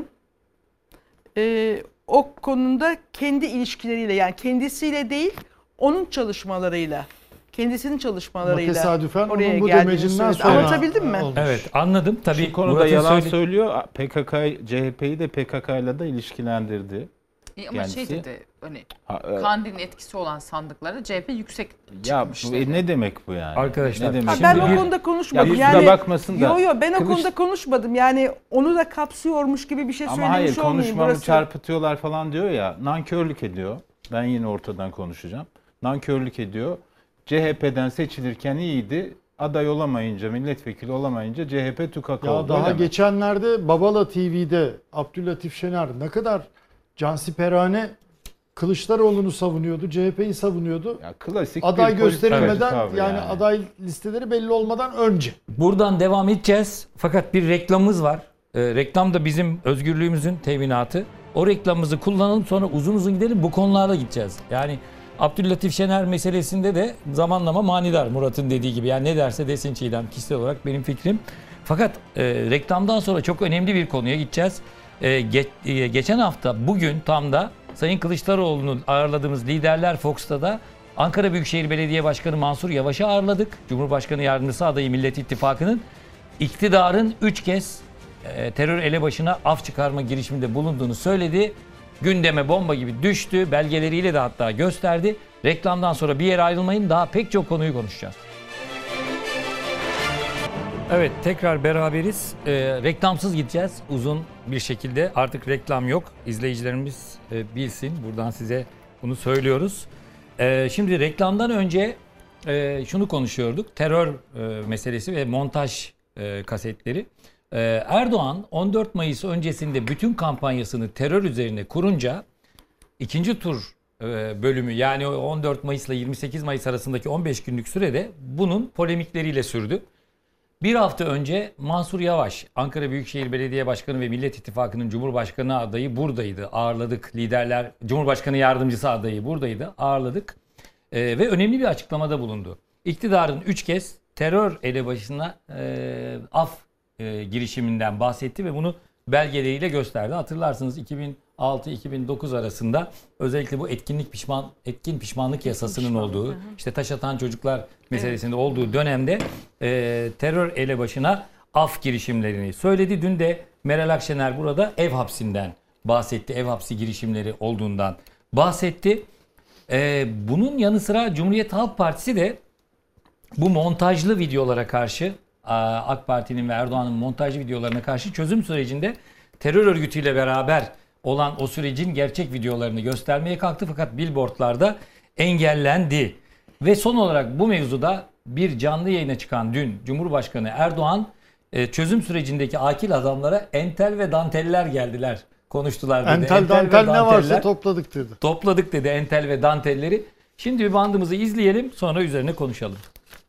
e, o konuda kendi ilişkileriyle yani kendisiyle değil onun çalışmalarıyla, kendisinin Ama çalışmalarıyla tesadüfen oraya onun bu geldiğini demecinden söyledi. sonra Anlatabildim mi? olmuş. Evet, anladım. Tabii Şu konuda Murat'ın yalan söyledi- söylüyor. P K K, C H P'yi de P K K ile de ilişkilendirdi. E ama Kendisi- şey dedi hani Ha, e, Kandil'in etkisi olan sandıklarda C H P yüksek ya çıkmış bu, dedi. e, ne demek bu yani? Arkadaşlar, ne demek Ha, Şimdi ben bir- o konuda konuşmadım. Ya kusura yani bakmasın da. Yo yo ben o Kılıç- konuda konuşmadım. Yani onu da kapsıyormuş gibi bir şey Ama söylemiş hayır olmayayım. konuşmamı Burası- çarpıtıyorlar falan diyor ya. Nankörlük ediyor. Ben yine ortadan konuşacağım. Nankörlük ediyor. C H P'den seçilirken iyiydi. Aday olamayınca, milletvekili olamayınca C H P tükaka Ya oldu. daha öyle mi? geçenlerde Babala T V'de Abdüllatif Şener ne kadar cansiperane Kılıçdaroğlu'nu savunuyordu, C H P'yi savunuyordu. Ya klasik Aday bir politika gösterilmeden tavrı yani, aday listeleri belli olmadan önce. Buradan devam edeceğiz. Fakat bir reklamımız var. Ee, reklam da bizim özgürlüğümüzün teminatı. O reklamımızı kullanalım, sonra uzun uzun gidelim. Bu konularda gideceğiz. Yani Abdüllatif Şener meselesinde de zamanlama manidar, Murat'ın dediği gibi. Yani ne derse desin Çiğdem, kişisel olarak benim fikrim. Fakat e, reklamdan sonra çok önemli bir konuya gideceğiz. E, ge- e, geçen hafta bugün tam da Sayın Kılıçdaroğlu'nu ağırladığımız Liderler Fox'ta da Ankara Büyükşehir Belediye Başkanı Mansur Yavaş'ı ağırladık. Cumhurbaşkanı Yardımcısı adayı Millet İttifakı'nın iktidarın üç kez e, terör elebaşına af çıkarma girişiminde bulunduğunu söyledi. Gündeme bomba gibi düştü. Belgeleriyle de hatta gösterdi. Reklamdan sonra bir yere ayrılmayın. Daha pek çok konuyu konuşacağız. Evet, tekrar beraberiz. Ee, reklamsız gideceğiz uzun bir şekilde. Artık reklam yok. İzleyicilerimiz e, bilsin. Buradan size bunu söylüyoruz. Ee, şimdi reklamdan önce e, şunu konuşuyorduk. Terör e, meselesi ve montaj e, kasetleri. Ee, Erdoğan on dört Mayıs öncesinde bütün kampanyasını terör üzerine kurunca ikinci tur e, bölümü yani on dört Mayıs ile yirmi sekiz Mayıs arasındaki on beş günlük sürede bunun polemikleriyle sürdü. Bir hafta önce Mansur Yavaş, Ankara Büyükşehir Belediye Başkanı ve Millet İttifakı'nın Cumhurbaşkanı adayı buradaydı. Ağırladık. Liderler, Cumhurbaşkanı Yardımcısı adayı buradaydı. Ağırladık. Ee, ve önemli bir açıklamada bulundu. İktidarın üç kez terör elebaşına e, af e, girişiminden bahsetti ve bunu belgeleriyle gösterdi. Hatırlarsınız iki bin altı iki bin dokuz arasında özellikle bu etkinlik pişman etkin pişmanlık yasasının olduğu, işte taş atan çocuklar meselesinde olduğu dönemde e, terör elebaşına af girişimlerini söyledi. Dün de Meral Akşener burada ev hapsinden bahsetti. Ev hapsi girişimleri olduğundan bahsetti. Ee, bunun yanı sıra Cumhuriyet Halk Partisi de bu montajlı videolara karşı, AK Parti'nin ve Erdoğan'ın montajlı videolarına karşı çözüm sürecinde terör örgütüyle beraber olan o sürecin gerçek videolarını göstermeye kalktı. Fakat billboardlarda engellendi. Ve son olarak bu mevzuda bir canlı yayına çıkan dün Cumhurbaşkanı Erdoğan çözüm sürecindeki akil adamlara entel ve danteller geldiler. Konuştular dedi. Entel, entel dantel ne varsa topladık dedi. Topladık dedi entel ve dantelleri. Şimdi bir bandımızı izleyelim, sonra üzerine konuşalım.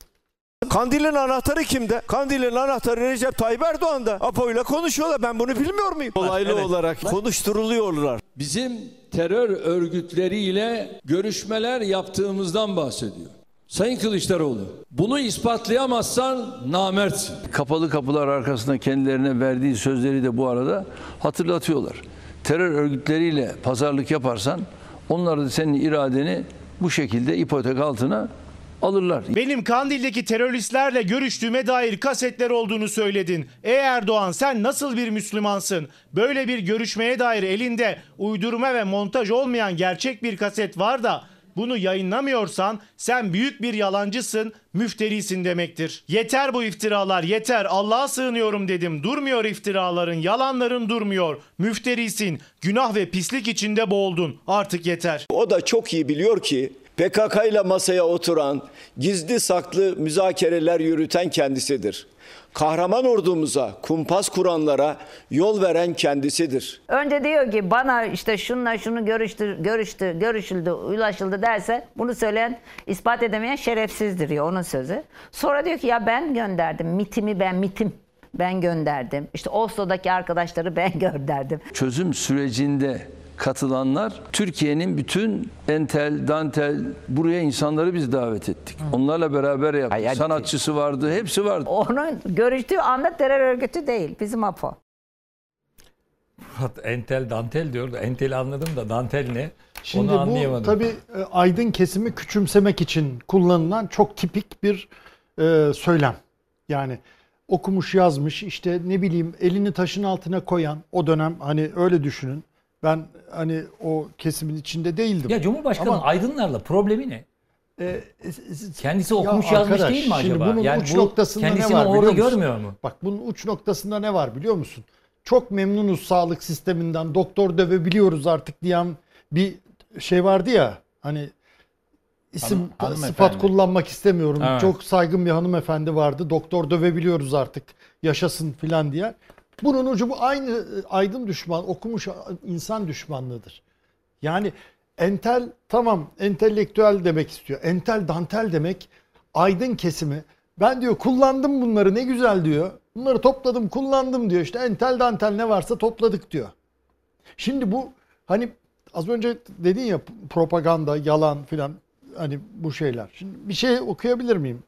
Kandil'in anahtarı kimde? Kandil'in anahtarı Recep Tayyip Erdoğan'da. Apo ile konuşuyorlar. Ben bunu bilmiyor muyum? Dolaylı evet. olarak konuşturuluyorlar. Bizim terör örgütleriyle görüşmeler yaptığımızdan bahsediyor. Sayın Kılıçdaroğlu, bunu ispatlayamazsan namertsin. Kapalı kapılar arkasında kendilerine verdiği sözleri de bu arada hatırlatıyorlar. Terör örgütleriyle pazarlık yaparsan onlar da senin iradeni bu şekilde ipotek altına alırlar. Benim Kandil'deki teröristlerle görüştüğüme dair kasetler olduğunu söyledin. Ey Erdoğan, sen nasıl bir Müslümansın? Böyle bir görüşmeye dair elinde uydurma ve montaj olmayan gerçek bir kaset var da bunu yayınlamıyorsan sen büyük bir yalancısın, müfterisin demektir. Yeter bu iftiralar, yeter. Allah'a sığınıyorum dedim. Durmuyor iftiraların, yalanların durmuyor. Müfterisin, günah ve pislik içinde boğuldun. Artık yeter. O da çok iyi biliyor ki P K K ile masaya oturan, gizli saklı müzakereler yürüten kendisidir. Kahraman ordumuza, kumpas kuranlara yol veren kendisidir. Önce diyor ki bana işte şunla şunu görüştü, görüştü, görüşüldü, ulaşıldı derse bunu söyleyen, ispat edemeyen şerefsizdir diyor, onun sözü. Sonra diyor ki ya ben gönderdim, mitimi ben mitim. Ben gönderdim. İşte Oslo'daki arkadaşları ben gönderdim. Çözüm sürecinde katılanlar Türkiye'nin bütün entel, dantel buraya insanları biz davet ettik. Hı. Onlarla beraber yaptık. Hayır, sanatçısı vardı, hepsi vardı. Onun görüştüğü anda terör örgütü değil, bizim APO. Entel, dantel diyor. Enteli anladım da dantel ne? Şimdi onu anlayamadım. Bu tabii aydın kesimi küçümsemek için kullanılan çok tipik bir e, söylem. Yani okumuş yazmış işte ne bileyim elini taşın altına koyan o dönem hani öyle düşünün. Ben hani o kesimin içinde değildim. Ya Cumhurbaşkanı ama aydınlarla problemi ne? E, Kendisi okumuş ya yazmış arkadaş, değil mi acaba? Şimdi bunun yani uç bu noktasında ne var orada biliyor musun? Görmüyor mu? Bak bunun uç noktasında ne var biliyor musun? Çok memnunuz sağlık sisteminden, doktor dövebiliyoruz artık diyen bir şey vardı ya. Hani isim Hanım, sıfat kullanmak istemiyorum. Evet. Çok saygın bir hanımefendi vardı. Doktor dövebiliyoruz artık. Yaşasın filan diye. Bunun ucu bu aynı aydın düşman, okumuş insan düşmanlığıdır. Yani entel tamam entelektüel demek istiyor. Entel dantel demek aydın kesimi. Ben diyor kullandım bunları ne güzel diyor. Bunları topladım kullandım diyor. İşte entel dantel ne varsa topladık diyor. Şimdi bu hani az önce dedin ya propaganda, yalan filan hani bu şeyler. Şimdi bir şey okuyabilir miyim?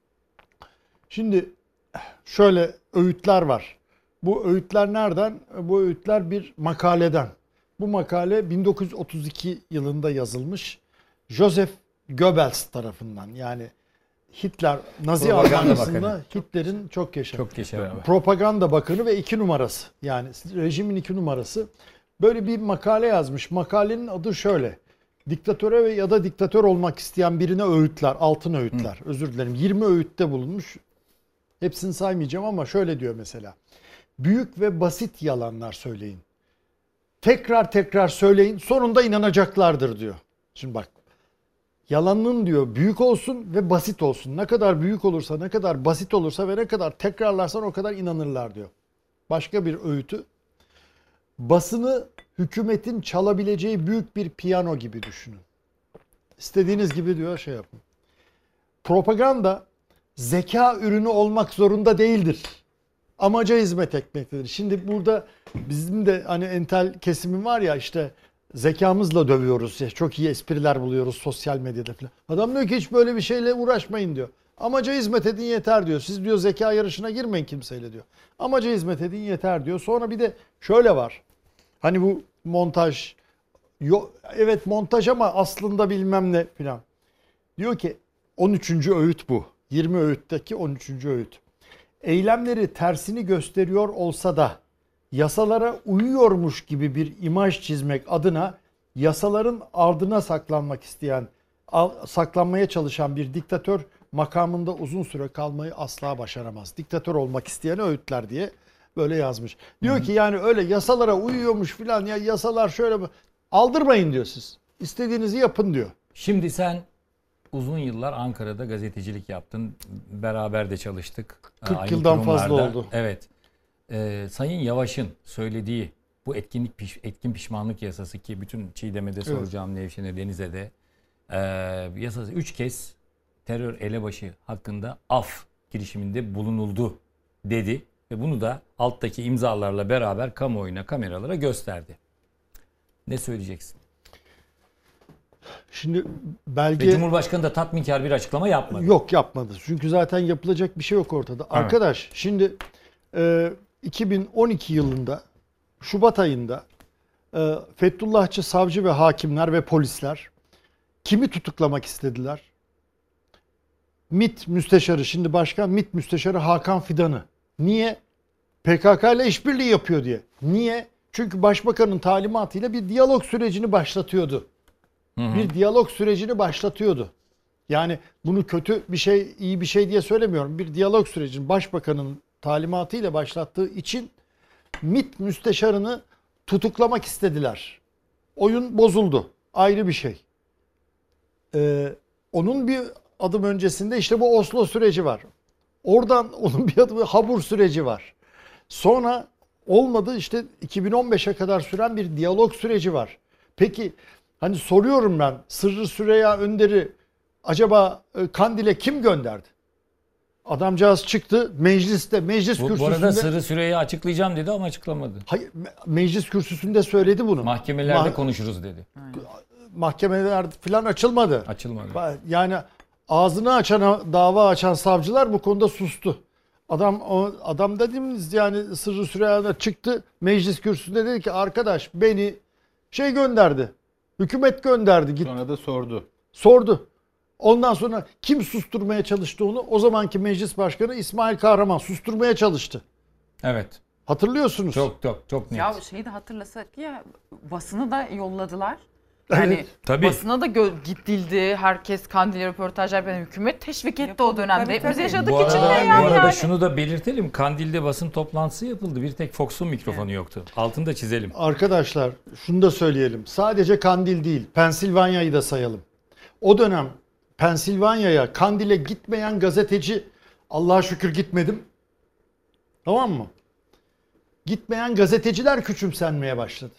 Şimdi şöyle öğütler var. Bu öğütler nereden? Bu öğütler bir makaleden. Bu makale bin dokuz yüz otuz iki yılında yazılmış. Joseph Goebbels tarafından. Yani Hitler, Nazi Almanya'sında Hitler'in çok yaşa. Çok yaşa. Propaganda bakanı ve iki numarası. Yani rejimin iki numarası. Böyle bir makale yazmış. Makalenin adı şöyle. Diktatöre ve ya da diktatör olmak isteyen birine öğütler, altın öğütler. Hı. Özür dilerim. yirmi öğütte bulunmuş. Hepsini saymayacağım ama şöyle diyor mesela. Büyük ve basit yalanlar söyleyin. Tekrar tekrar söyleyin. Sonunda inanacaklardır diyor. Şimdi bak. Yalanın diyor büyük olsun ve basit olsun. Ne kadar büyük olursa, ne kadar basit olursa ve ne kadar tekrarlarsan o kadar inanırlar diyor. Başka bir öğütü. Basını hükümetin çalabileceği büyük bir piyano gibi düşünün. İstediğiniz gibi diyor şey yapın. Propaganda zeka ürünü olmak zorunda değildir. Amaca hizmet etmektedir. Şimdi burada bizim de hani entel kesimim var ya işte zekamızla dövüyoruz. Ya, çok iyi espriler buluyoruz sosyal medyada falan. Adam diyor ki hiç böyle bir şeyle uğraşmayın diyor. Amaca hizmet edin yeter diyor. Siz diyor zeka yarışına girmeyin kimseyle diyor. Amaca hizmet edin yeter diyor. Sonra bir de şöyle var. Hani bu montaj. Yo, evet montaj ama aslında bilmem ne falan. Diyor ki on üçüncü öğüt bu. yirmi öğütteki on üçüncü öğüt. eylemleri tersini gösteriyor olsa da yasalara uyuyormuş gibi bir imaj çizmek adına yasaların ardına saklanmak isteyen, saklanmaya çalışan bir diktatör makamında uzun süre kalmayı asla başaramaz. Diktatör olmak isteyeni öğütler diye böyle yazmış. Diyor Hı-hı. ki yani öyle yasalara uyuyormuş filan, ya yasalar şöyle aldırmayın diyor siz. İstediğinizi yapın diyor. Şimdi sen uzun yıllar Ankara'da gazetecilik yaptın. Beraber de çalıştık. kırk Aynı yıldan kurumlarda. fazla oldu. Evet. Ee, Sayın Yavaş'ın söylediği bu etkinlik piş, etkin pişmanlık yasası ki bütün Çiğdem'e de soracağım, evet. Nevşin'e, Deniz'e de e, yasası üç kez terör elebaşı hakkında af girişiminde bulunuldu dedi ve bunu da alttaki imzalarla beraber kamuoyuna, kameralara gösterdi. Ne söyleyeceksin? Şimdi belge... Ve Cumhurbaşkanı da tatminkar bir açıklama yapmadı. Yok, yapmadı. Çünkü zaten yapılacak bir şey yok ortada. Evet. Arkadaş şimdi e, iki bin on iki yılında Şubat ayında e, Fethullahçı savcı ve hakimler ve polisler kimi tutuklamak istediler? MİT müsteşarı, şimdi başkan MİT müsteşarı Hakan Fidan'ı. Niye? P K K ile işbirliği yapıyor diye. Niye? Çünkü başbakanın talimatıyla bir diyalog sürecini başlatıyordu. Hı hı. Bir diyalog sürecini başlatıyordu. Yani bunu kötü bir şey, iyi bir şey diye söylemiyorum. Bir diyalog sürecini başbakanın talimatıyla başlattığı için MİT müsteşarını tutuklamak istediler. Oyun bozuldu. Ayrı bir şey. Ee, onun bir adım öncesinde işte bu Oslo süreci var. Oradan onun bir adım Habur süreci var. Sonra olmadı, işte iki bin on beşe kadar süren bir diyalog süreci var. Peki hani soruyorum ben, Sırrı Süreyya Önder'i acaba Kandil'e kim gönderdi? Adamcağız çıktı mecliste, meclis bu, kürsüsünde. Bu arada Sırrı Süreyya açıklayacağım dedi ama açıklamadı. Hayır, meclis kürsüsünde söyledi bunu. Mahkemelerde Ma- konuşuruz dedi. Mahkemeler falan açılmadı. Açılmadı. Yani ağzını açan, dava açan savcılar bu konuda sustu. Adam adam dediğimiz yani Sırrı Süreyya'da çıktı meclis kürsüsünde, dedi ki arkadaş beni şey gönderdi. Hükümet gönderdi. Git. Sonra da sordu. Sordu. Ondan sonra kim susturmaya çalıştı onu? O zamanki meclis başkanı İsmail Kahraman susturmaya çalıştı. Evet. Hatırlıyorsunuz. Çok çok çok net. Ya şeyi de hatırlasak ya, basını da yolladılar. Yani evet, tabii. Basına da gö- gidildi. Herkes Kandil'e röportaj yapıyor. Hükümet teşvik etti Yapalım. o dönemde. Tabii, Hepimiz tabii. yaşadık bu içinde arada, yani. Bu arada yani. şunu da belirtelim. Kandil'de basın toplantısı yapıldı. Bir tek Fox'un mikrofonu yoktu. Altını da çizelim. Arkadaşlar şunu da söyleyelim. Sadece Kandil değil, Pensilvanya'yı da sayalım. O dönem Pensilvanya'ya, Kandil'e gitmeyen gazeteci, Allah'a şükür gitmedim. Tamam mı? Gitmeyen gazeteciler küçümsenmeye başladı.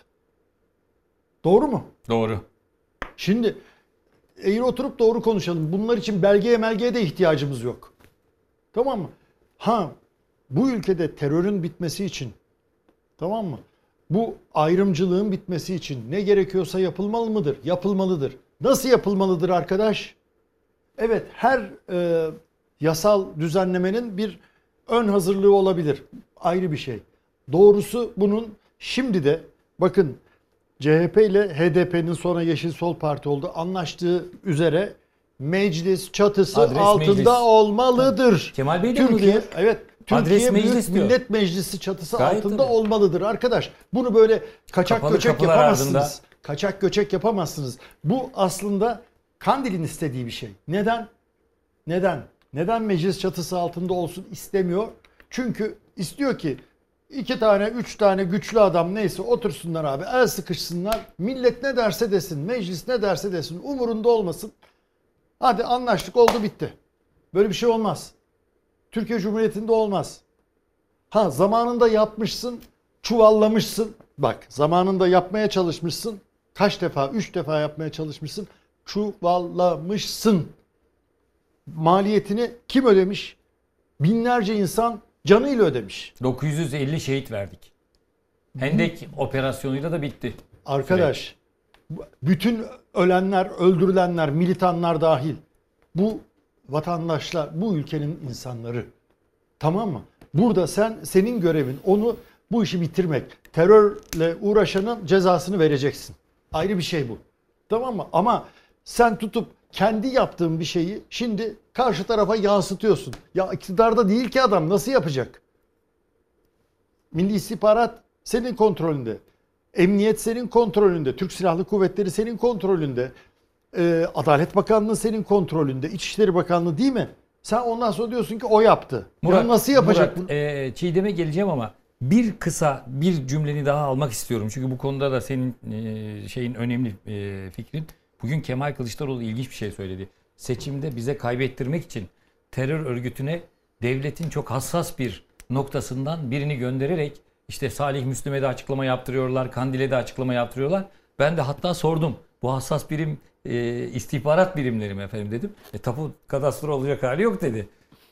Doğru mu? Doğru. Şimdi eğri oturup doğru konuşalım. Bunlar için belgeye melgeye de ihtiyacımız yok. Tamam mı? Ha, bu ülkede terörün bitmesi için, tamam mı? Bu ayrımcılığın bitmesi için ne gerekiyorsa yapılmalı mıdır? Yapılmalıdır. Nasıl yapılmalıdır arkadaş? Evet, her e, yasal düzenlemenin bir ön hazırlığı olabilir. Ayrı bir şey. Doğrusu bunun şimdi de bakın, C H P ile H D P'nin sonra Yeşil Sol Parti oldu. Anlaştığı üzere meclis çatısı Adres altında meclis. olmalıdır. Kemal Bey de Türkiye, diyor. evet, Adres Türkiye meclis Büyük diyor. Millet Meclisi çatısı Gayet altında tabii. olmalıdır arkadaş. Bunu böyle kaçak Kapalı göçek kapılar yapamazsınız. ardında. Kaçak göçek yapamazsınız. Bu aslında Kandil'in istediği bir şey. Neden? Neden? Neden meclis çatısı altında olsun istemiyor? Çünkü istiyor ki İki tane, üç tane güçlü adam neyse otursunlar abi, el sıkışsınlar. Millet ne derse desin, meclis ne derse desin, umurunda olmasın. Hadi anlaştık, oldu, bitti. Böyle bir şey olmaz. Türkiye Cumhuriyeti'nde olmaz. Ha, zamanında yapmışsın, çuvallamışsın. Bak, zamanında yapmaya çalışmışsın. Kaç defa? Üç defa yapmaya çalışmışsın. Çuvallamışsın. Maliyetini kim ödemiş? Binlerce insan canıyla ödemiş. dokuz yüz elli şehit verdik. Hendek operasyonuyla da bitti. Arkadaş, bütün ölenler, öldürülenler, militanlar dahil. Bu vatandaşlar, bu ülkenin insanları. Tamam mı? Burada sen, senin görevin onu, bu işi bitirmek. Terörle uğraşanın cezasını vereceksin. Ayrı bir şey bu. Tamam mı? Ama sen tutup kendi yaptığın bir şeyi şimdi karşı tarafa yansıtıyorsun. Ya iktidarda değil ki adam, nasıl yapacak? Milli İstihbarat senin kontrolünde. Emniyet senin kontrolünde. Türk Silahlı Kuvvetleri senin kontrolünde. Ee, Adalet Bakanlığı senin kontrolünde. İçişleri Bakanlığı değil mi? Sen ondan sonra diyorsun ki o yaptı. Murat, ya nasıl yapacak Murat, bunu? E, Çiğdem'e geleceğim ama bir kısa bir cümleni daha almak istiyorum. Çünkü bu konuda da senin e, şeyin önemli e, fikrin. Bugün Kemal Kılıçdaroğlu ilginç bir şey söyledi. Seçimde bize kaybettirmek için terör örgütüne devletin çok hassas bir noktasından birini göndererek işte Salih Müslim'e de açıklama yaptırıyorlar, Kandil'e de açıklama yaptırıyorlar. Ben de hatta sordum. Bu hassas birim e, istihbarat birimleri mi efendim dedim. E, tapu kadastro olacak hali yok dedi.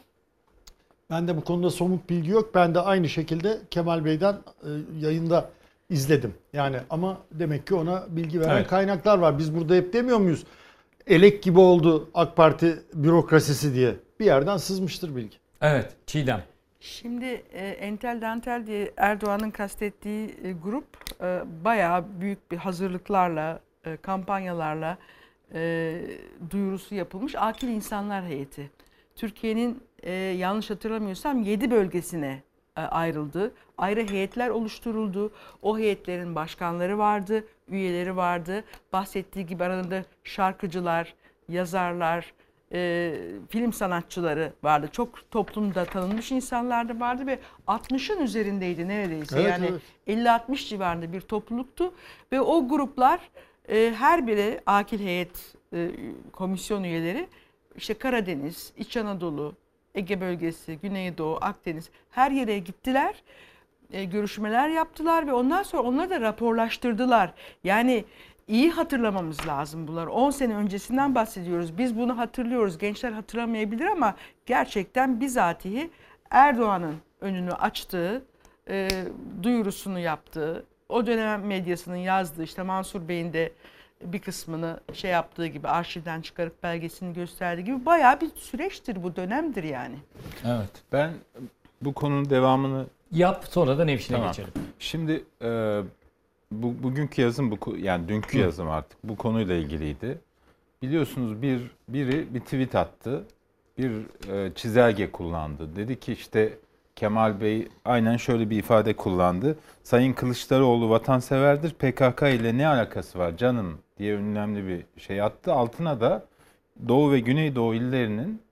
Ben de bu konuda somut bilgi yok. Ben de aynı şekilde Kemal Bey'den e, yayında izledim. Yani ama demek ki ona bilgi veren Evet. kaynaklar var. Biz burada hep demiyor muyuz? Elek gibi oldu AK Parti bürokrasisi diye. Bir yerden sızmıştır bilgi. Evet, Çiğdem. Şimdi e, Entel Dantel diye Erdoğan'ın kastettiği e, grup e, bayağı büyük bir hazırlıklarla, e, kampanyalarla e, duyurusu yapılmış akil insanlar heyeti. Türkiye'nin e, yanlış hatırlamıyorsam yedi bölgesine e, ayrıldı. Ayrı heyetler oluşturuldu. O heyetlerin başkanları vardı, üyeleri vardı. Bahsettiği gibi aralarında şarkıcılar, yazarlar, e, film sanatçıları vardı. Çok toplumda tanınmış insanlar da vardı ve altmışın üzerindeydi neredeyse. Evet, yani evet. elli altmış civarında bir topluluktu ve o gruplar e, her biri akil heyet e, komisyon üyeleri işte Karadeniz, İç Anadolu, Ege bölgesi, Güneydoğu, Akdeniz her yere gittiler. E, görüşmeler yaptılar ve ondan sonra onları da raporlaştırdılar. Yani iyi hatırlamamız lazım bunlar. on sene öncesinden bahsediyoruz. Biz bunu hatırlıyoruz. Gençler hatırlamayabilir ama gerçekten bizatihi Erdoğan'ın önünü açtığı, e, duyurusunu yaptığı, o dönem medyasının yazdığı, işte Mansur Bey'in de bir kısmını şey yaptığı gibi arşivden çıkarıp belgesini gösterdiği gibi bayağı bir süreçtir, bu dönemdir yani. Evet. Ben bu konunun devamını yap, sonra da Nevşin'e tamam. geçelim. Şimdi e, bu bugünkü yazım bu yani dünkü Hı. yazım artık bu konuyla ilgiliydi. Biliyorsunuz bir biri bir tweet attı. Bir e, çizelge kullandı. Dedi ki işte Kemal Bey aynen şöyle bir ifade kullandı. Sayın Kılıçdaroğlu vatanseverdir. P K K ile ne alakası var canım diye önemli bir şey attı. Altına da Doğu ve Güneydoğu illerinin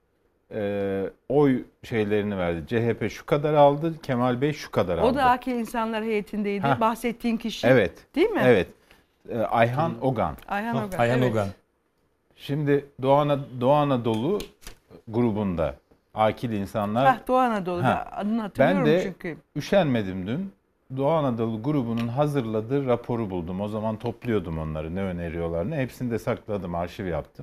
e, oy şeylerini verdi. C H P şu kadar aldı, Kemal Bey şu kadar aldı. O da akil insanlar heyetindeydi. Heh. Bahsettiğin kişi. Evet. Değil mi? Evet. E, Ayhan Ogan. Ayhan Ogan. Ayhan evet. Ogan. Şimdi Doğu, Ana, Doğu Anadolu grubunda akil insanlar. Heh, Doğu Anadolu'da Ha. adını hatırlıyorum Ben de çünkü. üşenmedim dün. Doğu Anadolu grubunun hazırladığı raporu buldum. O zaman topluyordum onları. Ne öneriyorlar ne. Hepsini de sakladım. Arşiv yaptım.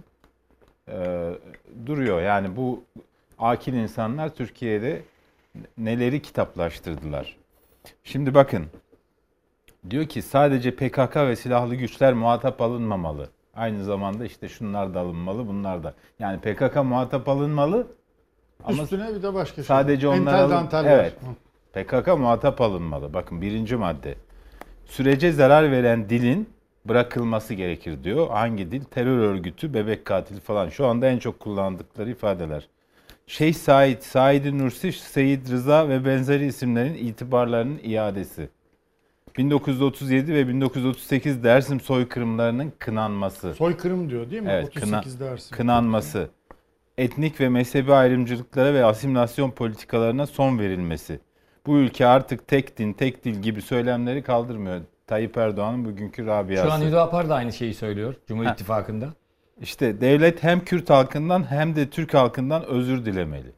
Ee, duruyor. Yani bu akil insanlar Türkiye'de neleri kitaplaştırdılar. Şimdi bakın. Diyor ki sadece P K K ve silahlı güçler muhatap alınmamalı. Aynı zamanda işte şunlar da alınmalı, bunlar da. Yani P K K muhatap alınmalı. Ama üstüne bir de başka şey. sadece onlar Entel alın. dantel var. Evet. P K K muhatap alınmalı. Bakın birinci madde. Sürece zarar veren dilin bırakılması gerekir diyor. Hangi dil? Terör örgütü, bebek katili falan. Şu anda en çok kullandıkları ifadeler. Şeyh Said, Said-i Nursi, Seyit Rıza ve benzeri isimlerin itibarlarının iadesi. bin dokuz yüz otuz yedi ve bin dokuz yüz otuz sekiz Dersim soykırımlarının kınanması. Soykırım diyor değil mi? Evet, otuz kına, sekiz Dersim. kınanması. Etnik ve mezhebi ayrımcılıklara ve asimilasyon politikalarına son verilmesi. Bu ülke artık tek din, tek dil gibi söylemleri kaldırmıyor. Tayyip Erdoğan'ın bugünkü Rabia'sı. Şu an Hüdapar da aynı şeyi söylüyor Cumhur Ha. İttifakı'nda. İşte devlet hem Kürt halkından hem de Türk halkından özür dilemeli.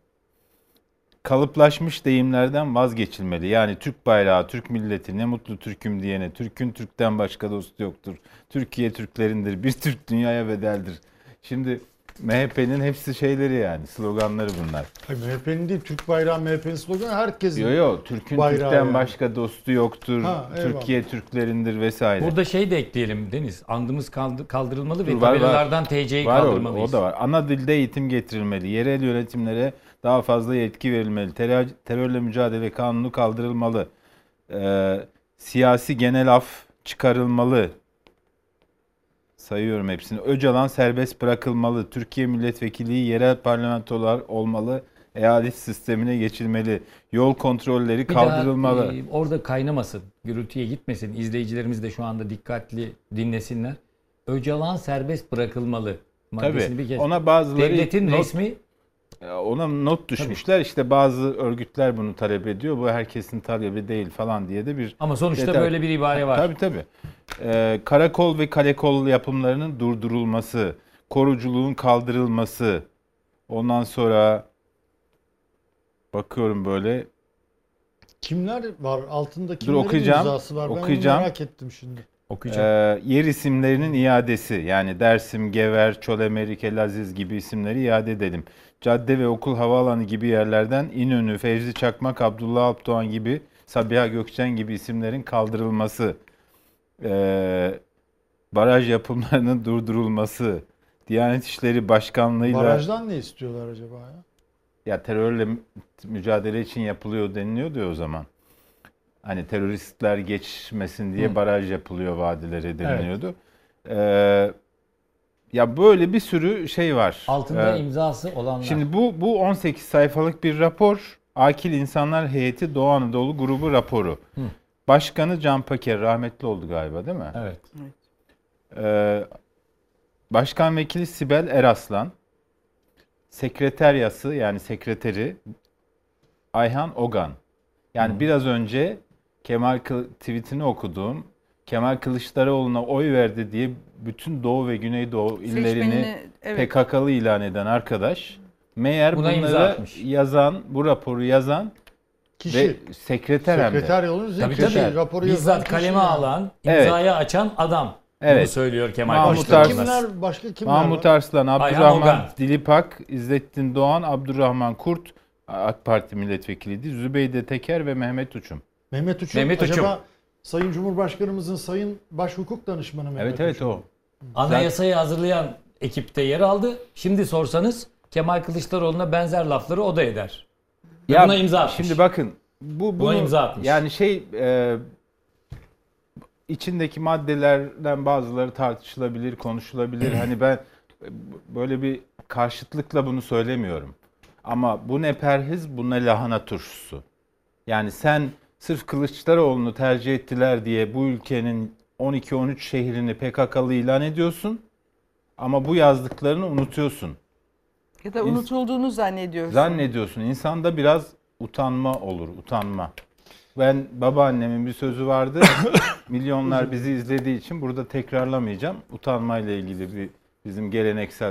Kalıplaşmış deyimlerden vazgeçilmeli. Yani Türk bayrağı, Türk milleti, ne mutlu Türk'üm diyene, Türk'ün Türk'ten başka dostu yoktur. Türkiye Türklerindir, bir Türk dünyaya bedeldir. Şimdi M H P'nin hepsi şeyleri yani, sloganları bunlar. Hayır, M H P'nin değil, Türk bayrağı M H P'nin sloganı herkesin. Yok yok, Türk'ün bayrağı Türk'ten yani. başka dostu yoktur, Ha, eyvallah. Türkiye Türklerindir vesaire. Burada şey de ekleyelim Deniz. Andımız kaldı- kaldırılmalı ve Dur, var, var. tabelalardan T C'yi Var o, kaldırmalıyız. o da var. Ana dilde eğitim getirilmeli. Yerel yönetimlere daha fazla yetki verilmeli. Terör, terörle mücadele kanunu kaldırılmalı. Ee, siyasi genel af çıkarılmalı. Sayıyorum hepsini. Öcalan serbest bırakılmalı. Türkiye milletvekilliği yerel parlamentolar olmalı. Eyalet sistemine geçilmeli. Yol kontrolleri Bir kaldırılmalı. daha, e, orada kaynamasın, gürültüye gitmesin. İzleyicilerimiz de şu anda dikkatli dinlesinler. Öcalan serbest bırakılmalı maddesini Tabii. bir kez. Ona bazıları Devletin not, resmi ona not düşmüşler. Tabii. İşte bazı örgütler bunu talep ediyor. Bu herkesin talebi değil falan diye de bir... Ama sonuçta detay. böyle bir ibare var. Tabii tabii. Ee, karakol ve kalekol yapımlarının durdurulması, koruculuğun kaldırılması, ondan sonra bakıyorum böyle. Kimler var? Altında Dur, kimlerin okuyacağım, imzası var? Ben okuyacağım. onu merak ettim şimdi. Ee, yer isimlerinin iadesi, yani Dersim, Gever, Çolemerik, Elaziz gibi isimleri iade edelim. Cadde ve okul, havaalanı gibi yerlerden İnönü, Fevzi Çakmak, Abdullah Alpdoğan gibi, Sabiha Gökçen gibi isimlerin kaldırılması, ee, baraj yapımlarının durdurulması, Diyanet İşleri Başkanlığı'yla... Barajdan ne istiyorlar acaba ya? Ya terörle mücadele için yapılıyor deniliyordu ya o zaman. Hani teröristler geçmesin diye Hı. baraj yapılıyor vadilere deniliyordu. Evet. Ee, ya böyle bir sürü şey var. Altında ee, imzası olanlar. Şimdi bu bu on sekiz sayfalık bir rapor. Akil İnsanlar Heyeti Doğu Anadolu Grubu raporu. Hı. Başkanı Can Paker, rahmetli oldu galiba değil mi? Evet. Ee, Başkan Vekili Sibel Eraslan. Sekreteryası, yani sekreteri Ayhan Ogan. Yani hmm. biraz önce Kemal Kıl tweetini okuduğum, Kemal Kılıçdaroğlu'na oy verdi diye bütün Doğu ve Güneydoğu illerini evet. P K K'lı ilan eden arkadaş, meğer Buna bunları yazan, bu raporu yazan kişi. Ve sekreter hem de. Sekreter yolun sekreter. Raporu bizzat kaleme alan, imzayı evet. açan adam. Evet. Bunu söylüyor Kemal Mahmut Arslan, başka kimler Mahmut var? Arslan, Abdurrahman Dilipak, İzzettin Doğan, Abdurrahman Kurt, AK Parti milletvekiliydi. Zübeyde Teker ve Mehmet Uçum. Mehmet Uçum Mehmet acaba Uçum. Sayın Cumhurbaşkanımızın Sayın Başhukuk Danışmanı Mehmet Evet evet Uçum. o. Anayasayı hazırlayan ekipte yer aldı. Şimdi sorsanız Kemal Kılıçdaroğlu'na benzer lafları o da eder. Ya buna imza atmış. Şimdi bakın bu buna imza atmış. Yani şey e, içindeki maddelerden bazıları tartışılabilir, konuşulabilir. Hani ben böyle bir karşıtlıkla bunu söylemiyorum. Ama bu ne perhiz, bu ne lahana turşusu. Yani sen sırf Kılıçdaroğlu'nu tercih ettiler diye bu ülkenin on iki on üç şehrini P K K'lı ilan ediyorsun. Ama bu yazdıklarını unutuyorsun. Ya da unutulduğunu zannediyorsun. Zannediyorsun. İnsanda biraz utanma olur, utanma. Ben babaannemin bir sözü vardı. Milyonlar bizi izlediği için burada tekrarlamayacağım. Utanmayla ilgili bir bizim geleneksel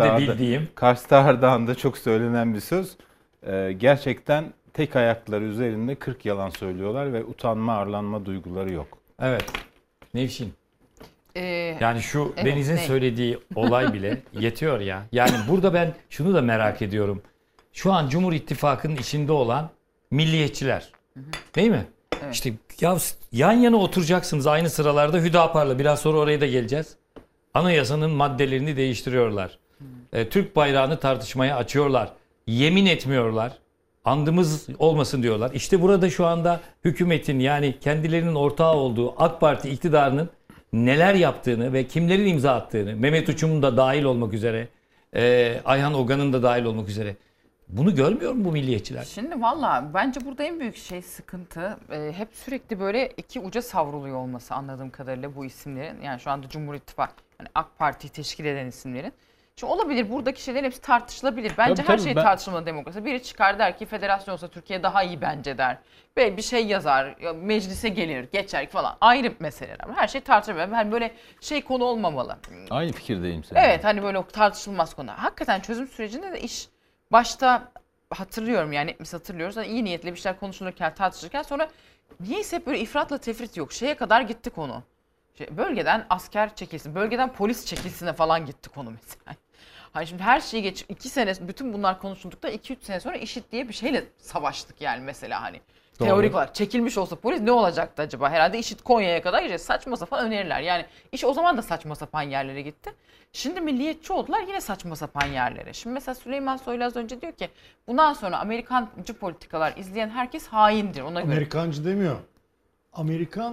Kars'ta Ardahan'da çok söylenen bir söz. Ee, gerçekten tek ayakları üzerinde kırk yalan söylüyorlar ve utanma, arlanma duyguları yok. Evet. Nevşin. Ee, yani şu evet, Deniz'in ne? söylediği olay bile yetiyor ya. Yani burada ben şunu da merak ediyorum. Şu an Cumhur İttifakı'nın içinde olan milliyetçiler. Hı hı. Değil mi? Evet. İşte ya yan yana oturacaksınız aynı sıralarda Hüdapar'la. Biraz sonra oraya da geleceğiz. Anayasanın maddelerini değiştiriyorlar. E, Türk bayrağını tartışmaya açıyorlar. Yemin etmiyorlar. Andımız olmasın diyorlar. İşte burada şu anda hükümetin, yani kendilerinin ortağı olduğu AK Parti iktidarının neler yaptığını ve kimlerin imza attığını, Mehmet Uçum'un da dahil olmak üzere, e, Ayhan Ogan'ın da dahil olmak üzere. Bunu görmüyor mu bu milliyetçiler? Şimdi valla bence burada en büyük şey, sıkıntı e, hep sürekli böyle iki uca savruluyor olması anladığım kadarıyla bu isimlerin. Yani şu anda Cumhur İttifakı, yani AK Parti'yi teşkil eden isimlerin. Şimdi olabilir, buradaki şeylerin hepsi tartışılabilir. Bence tabii, her tabii, şey ben... tartışılmalı demokrasi. Biri çıkar der ki federasyon olsa Türkiye daha iyi bence der. Ve bir şey yazar, meclise gelir, geçer falan. Ayrı meseleler. Her şey tartışılabilir. Yani böyle şey konu olmamalı. Aynı fikirdeyim seninle. Evet, hani böyle tartışılmaz konu. Hakikaten çözüm sürecinde de iş başta hatırlıyorum, yani hepimiz hatırlıyoruz. Yani iyi niyetli bir şeyler konuşulurken, tartışırken sonra niyeyse hep böyle ifratla tefrit yok. Şeye kadar gitti konu. Şey, bölgeden asker çekilsin, bölgeden polis çekilsine falan gitti konu mesela. Hani şimdi her şeyi geç, iki sene bütün bunlar konuşuldukta iki üç sene sonra IŞİD diye bir şeyle savaştık yani mesela hani. Doğru. Teorik olarak çekilmiş olsa polis ne olacaktı acaba? Herhalde IŞİD Konya'ya kadar gidecek. Saçma sapan öneriler. Yani iş o zaman da saçma sapan yerlere gitti. Şimdi milliyetçi oldular, yine saçma sapan yerlere. Şimdi mesela Süleyman Soylu az önce diyor ki bundan sonra Amerikancı politikalar izleyen herkes haindir ona göre. Amerikancı demiyor. Amerikan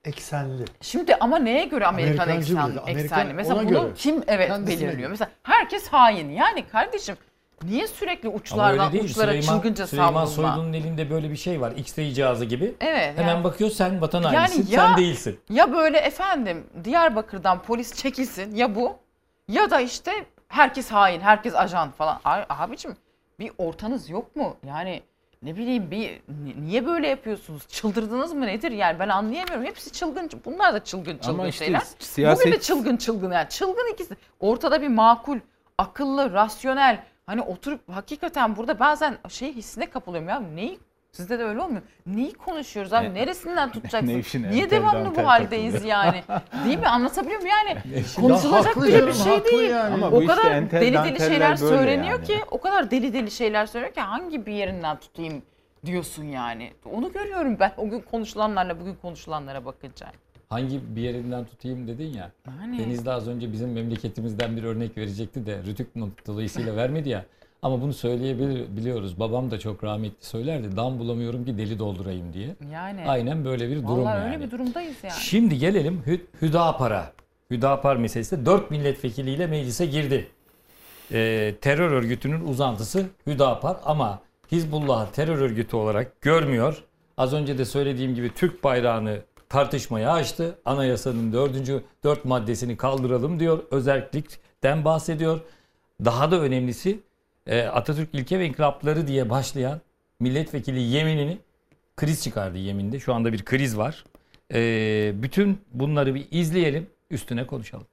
eksenli. Şimdi ama neye göre Amerikan Amerikancı eksen, dedi. Amerikan eksenli? Mesela ona bunu göre. kim evet Kendisine belirliyor? göre. Mesela herkes hain. Yani kardeşim niye sürekli Ama uçlardan öyle değil. uçlara Süleyman, çılgınca Süleyman savrulma? Soylu'nun elinde böyle bir şey var. X-ray cihazı gibi. Evet. Hemen yani. bakıyor sen vatan Yani hainisin, ya- sen değilsin. Ya böyle efendim Diyarbakır'dan polis çekilsin ya bu ya da işte herkes hain, herkes ajan falan. Ay, abicim bir ortanız yok mu? Yani ne bileyim bir ni- niye böyle yapıyorsunuz? Çıldırdınız mı nedir? Yani ben anlayamıyorum. Hepsi çılgın. Bunlar da çılgın çılgın Ama işte şeyler. siyaset- Bugün de çılgın çılgın yani. Çılgın ikisi. Ortada bir makul, akıllı, rasyonel. Hani oturup hakikaten burada bazen şey hissine kapılıyorum ya. Neyi Sizde de öyle olmuyor. Neyi konuşuyoruz abi? Ne- Neresinden tutacaksın? Nevşin Niye entel devamlı dantel bu haldeyiz takılıyor. yani? Değil mi? Anlatabiliyor muyum? Yani Nevşin- konuşulacak haklı bile bir canım, şey haklı değil. yani. Ama bu O işte kadar entel deli deli danteller şeyler böyle söyleniyor yani. ki, o kadar deli deli şeyler söylüyor ki hangi bir yerinden tutayım diyorsun yani. Onu görüyorum ben o gün konuşulanlarla bugün konuşulanlara bakınca. Hangi bir yerinden tutayım dedin ya. Yani. Deniz de az önce bizim memleketimizden bir örnek verecekti de Rütük dolayısıyla vermedi ya. Ama bunu söyleyebiliyoruz. Babam da çok rahmetli söylerdi. Dam bulamıyorum ki deli doldurayım diye. Yani. Aynen böyle bir durum Vallahi yani. öyle bir durumdayız yani. Şimdi gelelim Hü Hüdapar'a. Hüdapar meselesi de dört milletvekiliyle meclise girdi. Ee, terör örgütünün uzantısı Hüdapar ama Hizbullah'ı terör örgütü olarak görmüyor. Az önce de söylediğim gibi Türk bayrağını tartışmaya açtı. Anayasanın dördüncü dört maddesini kaldıralım diyor. Özerklikten bahsediyor. Daha da önemlisi Atatürk ilke ve inkılapları diye başlayan milletvekili yeminini kriz çıkardı yeminde. Şu anda bir kriz var. Ee, bütün bunları bir izleyelim, üstüne konuşalım.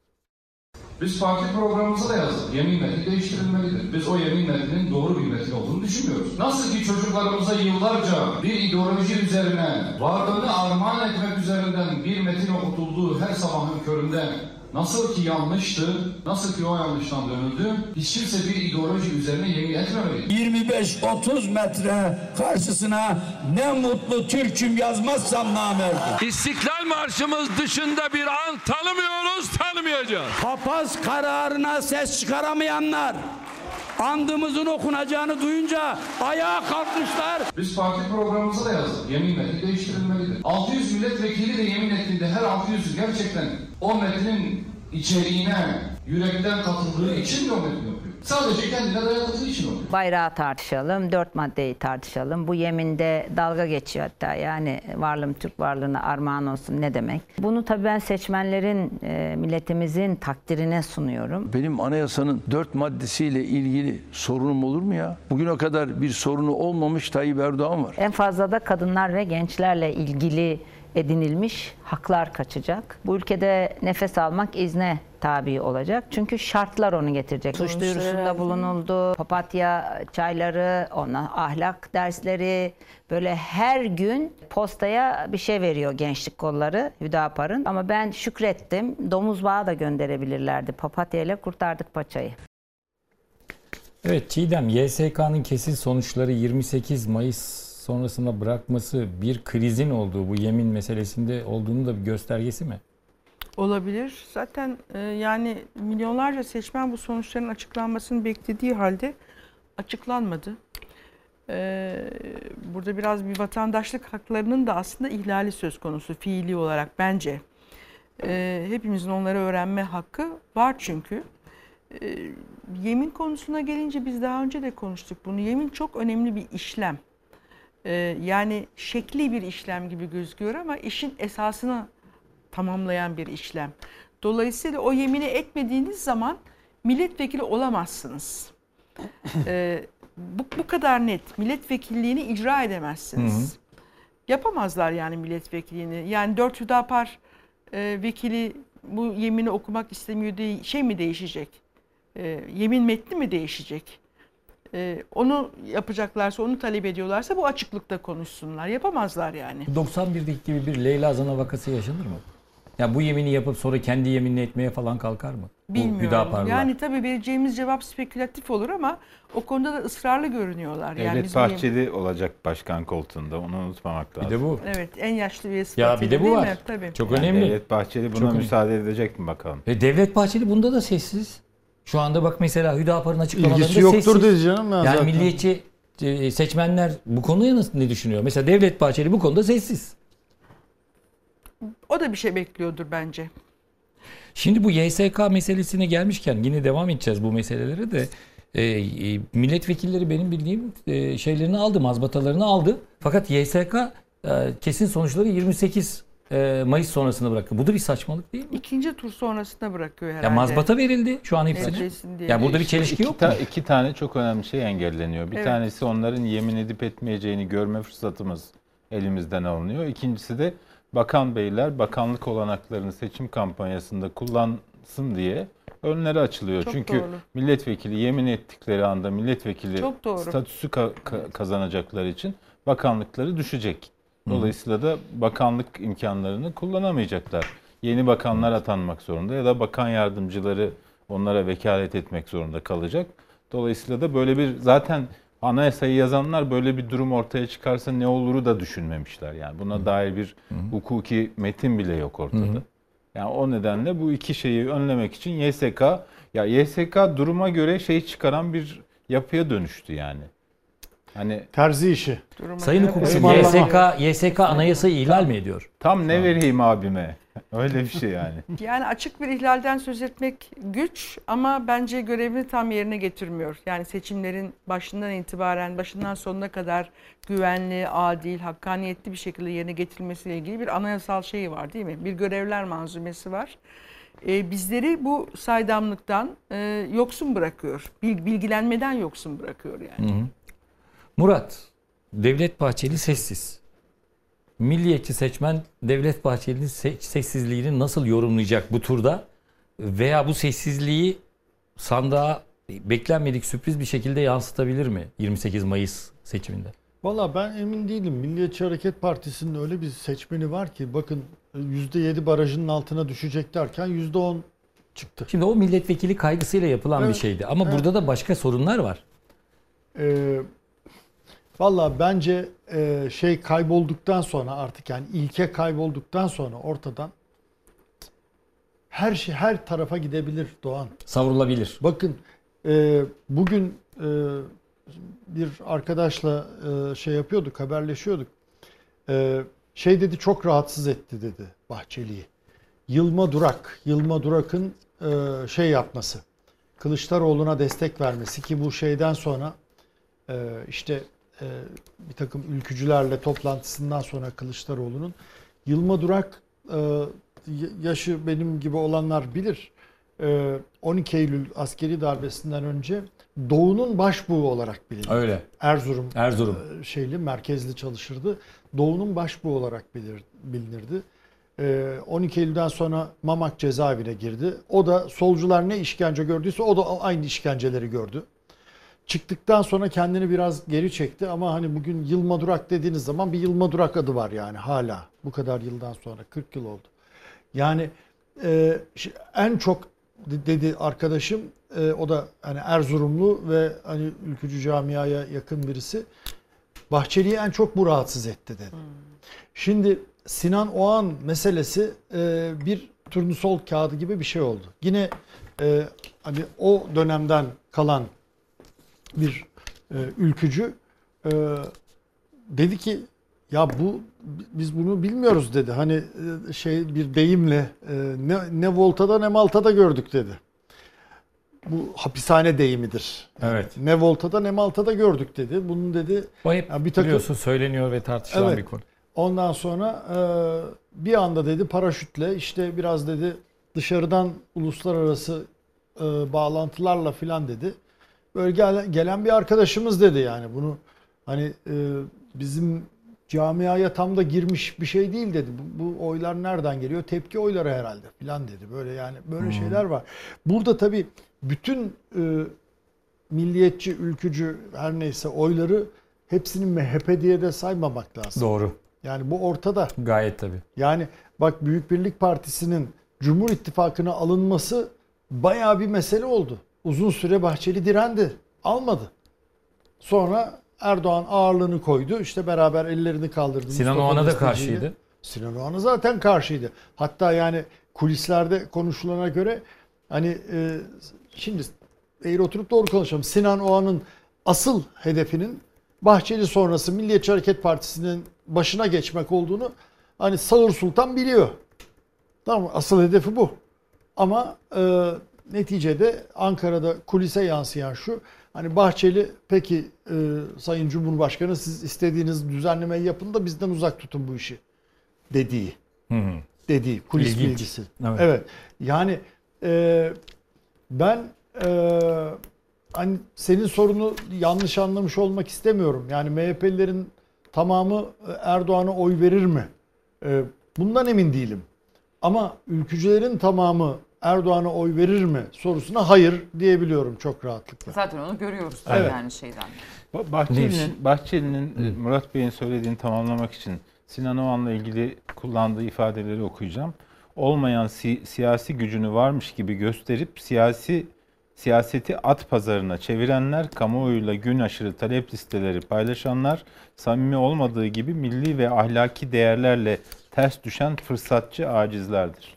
Biz parti programımıza da yazdık. Yemin metni değiştirilmelidir. Biz o yemin metninin doğru bir metin olduğunu düşünmüyoruz. Nasıl ki çocuklarımıza yıllarca bir ideoloji üzerine varlığını armağan etmek üzerinden bir metin okutulduğu her sabahın köründe nasıl ki yanlıştı, nasıl ki o yanlıştan dönüldü, hiç kimse bir ideoloji üzerine yemin etmemeli. yirmi beş otuz metre karşısına ne mutlu Türk'üm yazmazsam namerdim. İstiklal Marşımız dışında bir an tanımıyoruz, tanımayacağız. Papaz kararına ses çıkaramayanlar andımızın okunacağını duyunca ayağa kalkmışlar. Biz parti programımıza da yazdık. Yemin metni değiştirilmelidir. altı yüz milletvekili de yemin ettiğinde her altı yüz gerçekten o metnin içeriğine yürekten katıldığı için mi o metni yapıyor? Sadece kendine dayatıldığı için oluyor. Bayrağı tartışalım, dört maddeyi tartışalım. Bu yeminde dalga geçiyor hatta, yani varlığım Türk varlığına armağan olsun ne demek? Bunu tabii ben seçmenlerin, e, milletimizin takdirine sunuyorum. Benim anayasanın dört maddesiyle ilgili sorunum olur mu ya? Bugüne kadar bir sorunu olmamış Tayyip Erdoğan var. En fazla da kadınlar ve gençlerle ilgili edinilmiş haklar kaçacak. Bu ülkede nefes almak izne tabi olacak. Çünkü şartlar onu getirecek. Suç duyurusunda bulunuldu. Papatya çayları, ona ahlak dersleri, böyle her gün postaya bir şey veriyor gençlik kolları Hüdapar'ın. Ama ben şükrettim. Domuz bağı da gönderebilirlerdi. Papatya ile kurtardık paçayı. Evet Çiğdem, Y S K'nın kesin sonuçları yirmi sekiz Mayıs sonrasında bırakması bir krizin olduğu, bu yemin meselesinde olduğunu da bir göstergesi mi? Olabilir. Zaten e, yani milyonlarca seçmen bu sonuçların açıklanmasını beklediği halde açıklanmadı. E, burada biraz bir vatandaşlık haklarının da aslında ihlali söz konusu fiili olarak bence. E, hepimizin onları öğrenme hakkı var çünkü. E, yemin konusuna gelince biz daha önce de konuştuk bunu. Yemin çok önemli bir işlem. E, yani şekli bir işlem gibi gözüküyor ama işin esasını tamamlayan bir işlem. Dolayısıyla o yemini etmediğiniz zaman milletvekili olamazsınız. Ee, bu, bu kadar net. Milletvekilliğini icra edemezsiniz. Hı hı. Yapamazlar yani milletvekilliğini. Yani dört Hüdapar e, vekili bu yemini okumak istemiyor diye şey mi değişecek? E, yemin metni mi değişecek? E, onu yapacaklarsa, onu talep ediyorlarsa bu açıklıkta konuşsunlar. Yapamazlar yani. doksan birdeki gibi bir Leyla Zana vakası yaşanır mı? Ya bu yemini yapıp sonra kendi yeminini etmeye falan kalkar mı? Bilmiyorum. Yani tabii vereceğimiz cevap spekülatif olur ama o konuda da ısrarlı görünüyorlar. Devlet yani Bahçeli yemin... olacak başkan koltuğunda. Onu unutmamak lazım. Bir de bu. Evet, en yaşlı üyesi. Ya bir de bu var. Mi? Tabii. Çok yani önemli. Devlet Bahçeli buna Çok müsaade önemli. edecek mi bakalım? Ve Devlet Bahçeli bunda da sessiz. Şu anda bak mesela Hüdapar'ın açıklamalarında İlgisi yoktur sessiz. dedi canım ya yani zaten. milliyetçi seçmenler bu konuya nasıl ne düşünüyor? Mesela Devlet Bahçeli bu konuda sessiz. o da bir şey bekliyordur bence. Şimdi bu Y S K meselesine gelmişken yine devam edeceğiz bu meselelere de. E, e, milletvekilleri benim bildiğim e, şeylerini aldı, mazbatalarını aldı. Fakat Y S K e, kesin sonuçları yirmi sekiz Mayıs sonrasında bırakıyor. Bu da bir saçmalık değil mi? İkinci tur sonrasında bırakıyor herhalde. Ya mazbata verildi şu an hepsine. Ya burada bir çelişki iki yok ta, mu? İki tane çok önemli şey engelleniyor. Bir Evet. tanesi onların yemin edip etmeyeceğini görme fırsatımız elimizden alınıyor. İkincisi de bakan beyler bakanlık olanaklarını seçim kampanyasında kullansın diye önleri açılıyor. Çok Çünkü doğru. milletvekili yemin ettikleri anda milletvekili Çok doğru. statüsü ka- ka- kazanacakları için bakanlıkları düşecek. Dolayısıyla da bakanlık imkanlarını kullanamayacaklar. Yeni bakanlar atanmak zorunda ya da bakan yardımcıları onlara vekalet etmek zorunda kalacak. Dolayısıyla da böyle bir zaten anayasayı yazanlar böyle bir durum ortaya çıkarsa ne oluru da düşünmemişler. Yani buna dair bir hukuki metin bile yok ortada. Hı hı. Yani o nedenle bu iki şeyi önlemek için Y S K, ya Y S K duruma göre şey çıkaran bir yapıya dönüştü yani. Hani terzi işi. Sayın hukukçu, Y S K Y S K anayasayı ihlal mi ediyor? Tam ne vereyim abime? Öyle bir şey yani. Yani açık bir ihlalden söz etmek güç ama bence görevini tam yerine getirmiyor. Yani seçimlerin başından itibaren başından sonuna kadar güvenli, adil, hakkaniyetli bir şekilde yerine getirilmesiyle ilgili bir anayasal şeyi var değil mi? Bir görevler manzumesi var. Ee, bizleri bu saydamlıktan e, yoksun bırakıyor. Bilgilenmeden yoksun bırakıyor yani. Hı hı. Murat, Devlet Bahçeli sessiz. Milliyetçi seçmen Devlet Bahçeli'nin se- sessizliğini nasıl yorumlayacak bu turda? Veya bu sessizliği sandığa beklenmedik sürpriz bir şekilde yansıtabilir mi yirmi sekiz Mayıs seçiminde? Valla ben emin değilim. Milliyetçi Hareket Partisi'nin öyle bir seçmeni var ki bakın yüzde yedi barajının altına düşecek derken yüzde on çıktı. Şimdi o milletvekili kaygısıyla yapılan Evet, bir şeydi. Ama evet. burada da başka sorunlar var. Ee, Valla bence e, şey kaybolduktan sonra artık yani ilke kaybolduktan sonra ortadan her şey her tarafa gidebilir Doğan. Savrulabilir. Bakın e, bugün e, bir arkadaşla e, şey yapıyorduk, haberleşiyorduk. E, şey dedi çok rahatsız etti dedi Bahçeli'yi. Yılma Durak, Yılma Durak'ın e, şey yapması, Kılıçdaroğlu'na destek vermesi ki bu şeyden sonra e, işte e, bir takım ülkücülerle toplantısından sonra Kılıçdaroğlu'nun Yılma Durak e, yaşı benim gibi olanlar bilir. E, on iki Eylül askeri darbesinden önce Doğu'nun başbuğu olarak bilinir. Öyle. Erzurum, Erzurum. E, şeyli merkezli çalışırdı. Doğu'nun başbuğu olarak bilir, bilinirdi. E, on iki Eylül'den sonra Mamak cezaevine girdi. O da solcular ne işkence gördüyse o da aynı işkenceleri gördü. Çıktıktan sonra kendini biraz geri çekti ama hani bugün Yılma Durak dediğiniz zaman bir Yılma Durak adı var yani hala bu kadar yıldan sonra kırk yıl oldu. Yani e, en çok dedi arkadaşım e, o da hani Erzurumlu ve hani ülkücü camiaya yakın birisi. Bahçeli'yi en çok bu rahatsız etti dedi. Hmm. Şimdi Sinan Oğan meselesi e, bir turnusol kağıdı gibi bir şey oldu. Yine e, hani o dönemden kalan bir e, ülkücü e, dedi ki ya bu biz bunu bilmiyoruz dedi. Hani e, şey bir deyimle e, ne, ne Volta'da ne Malta'da gördük dedi. Bu hapishane deyimidir. Yani evet. Ne Volta'da ne Malta'da gördük dedi. Bunun dedi. O hep yani bir takım, biliyorsun söyleniyor ve tartışılan evet, bir konu. Ondan sonra e, bir anda dedi paraşütle işte biraz dedi dışarıdan uluslararası e, bağlantılarla filan dedi. Böyle gel, gelen bir arkadaşımız dedi yani bunu hani e, bizim camiaya tam da girmiş bir şey değil dedi. Bu, bu oylar nereden geliyor? Tepki oyları herhalde filan dedi. Böyle yani böyle hmm. şeyler var. Burada tabii bütün e, milliyetçi, ülkücü her neyse oyları hepsini M H P diye de saymamak lazım. Doğru. Yani bu ortada. Gayet tabii. Yani bak Büyük Birlik Partisi'nin Cumhur İttifakı'na alınması bayağı bir mesele oldu. Uzun süre Bahçeli direndi. Almadı. Sonra Erdoğan ağırlığını koydu. İşte beraber ellerini kaldırdı. Sinan Oğan'a da karşıydı. Sinan Oğan'a zaten karşıydı. Hatta yani kulislerde konuşulana göre hani e, şimdi eğer oturup doğru konuşalım. Sinan Oğan'ın asıl hedefinin Bahçeli sonrası Milliyetçi Hareket Partisi'nin başına geçmek olduğunu hani Sağır Sultan biliyor. Tamam, asıl hedefi bu. Ama e, neticede Ankara'da kulise yansıyan şu. Hani Bahçeli peki e, Sayın Cumhurbaşkanı siz istediğiniz düzenlemeyi yapın da bizden uzak tutun bu işi dediği. Hı hı. Dediği kulis İlginç. bilgisi. Evet. Evet. Yani e, ben e, hani senin sorunu yanlış anlamış olmak istemiyorum. Yani M H P'lilerin tamamı Erdoğan'a oy verir mi? E, bundan emin değilim. Ama ülkücülerin tamamı Erdoğan'a oy verir mi sorusuna hayır diyebiliyorum çok rahatlıkla. Zaten onu görüyoruz Evet. yani şeyden. Bahçeli'nin Bahçeli'nin Murat Bey'in söylediğini tamamlamak için Sinan Oğan'la ilgili kullandığı ifadeleri okuyacağım. Olmayan si- siyasi gücünü varmış gibi gösterip siyasi siyaseti at pazarına çevirenler, kamuoyuyla gün aşırı talep listeleri paylaşanlar, samimi olmadığı gibi milli ve ahlaki değerlerle ters düşen fırsatçı acizlerdir.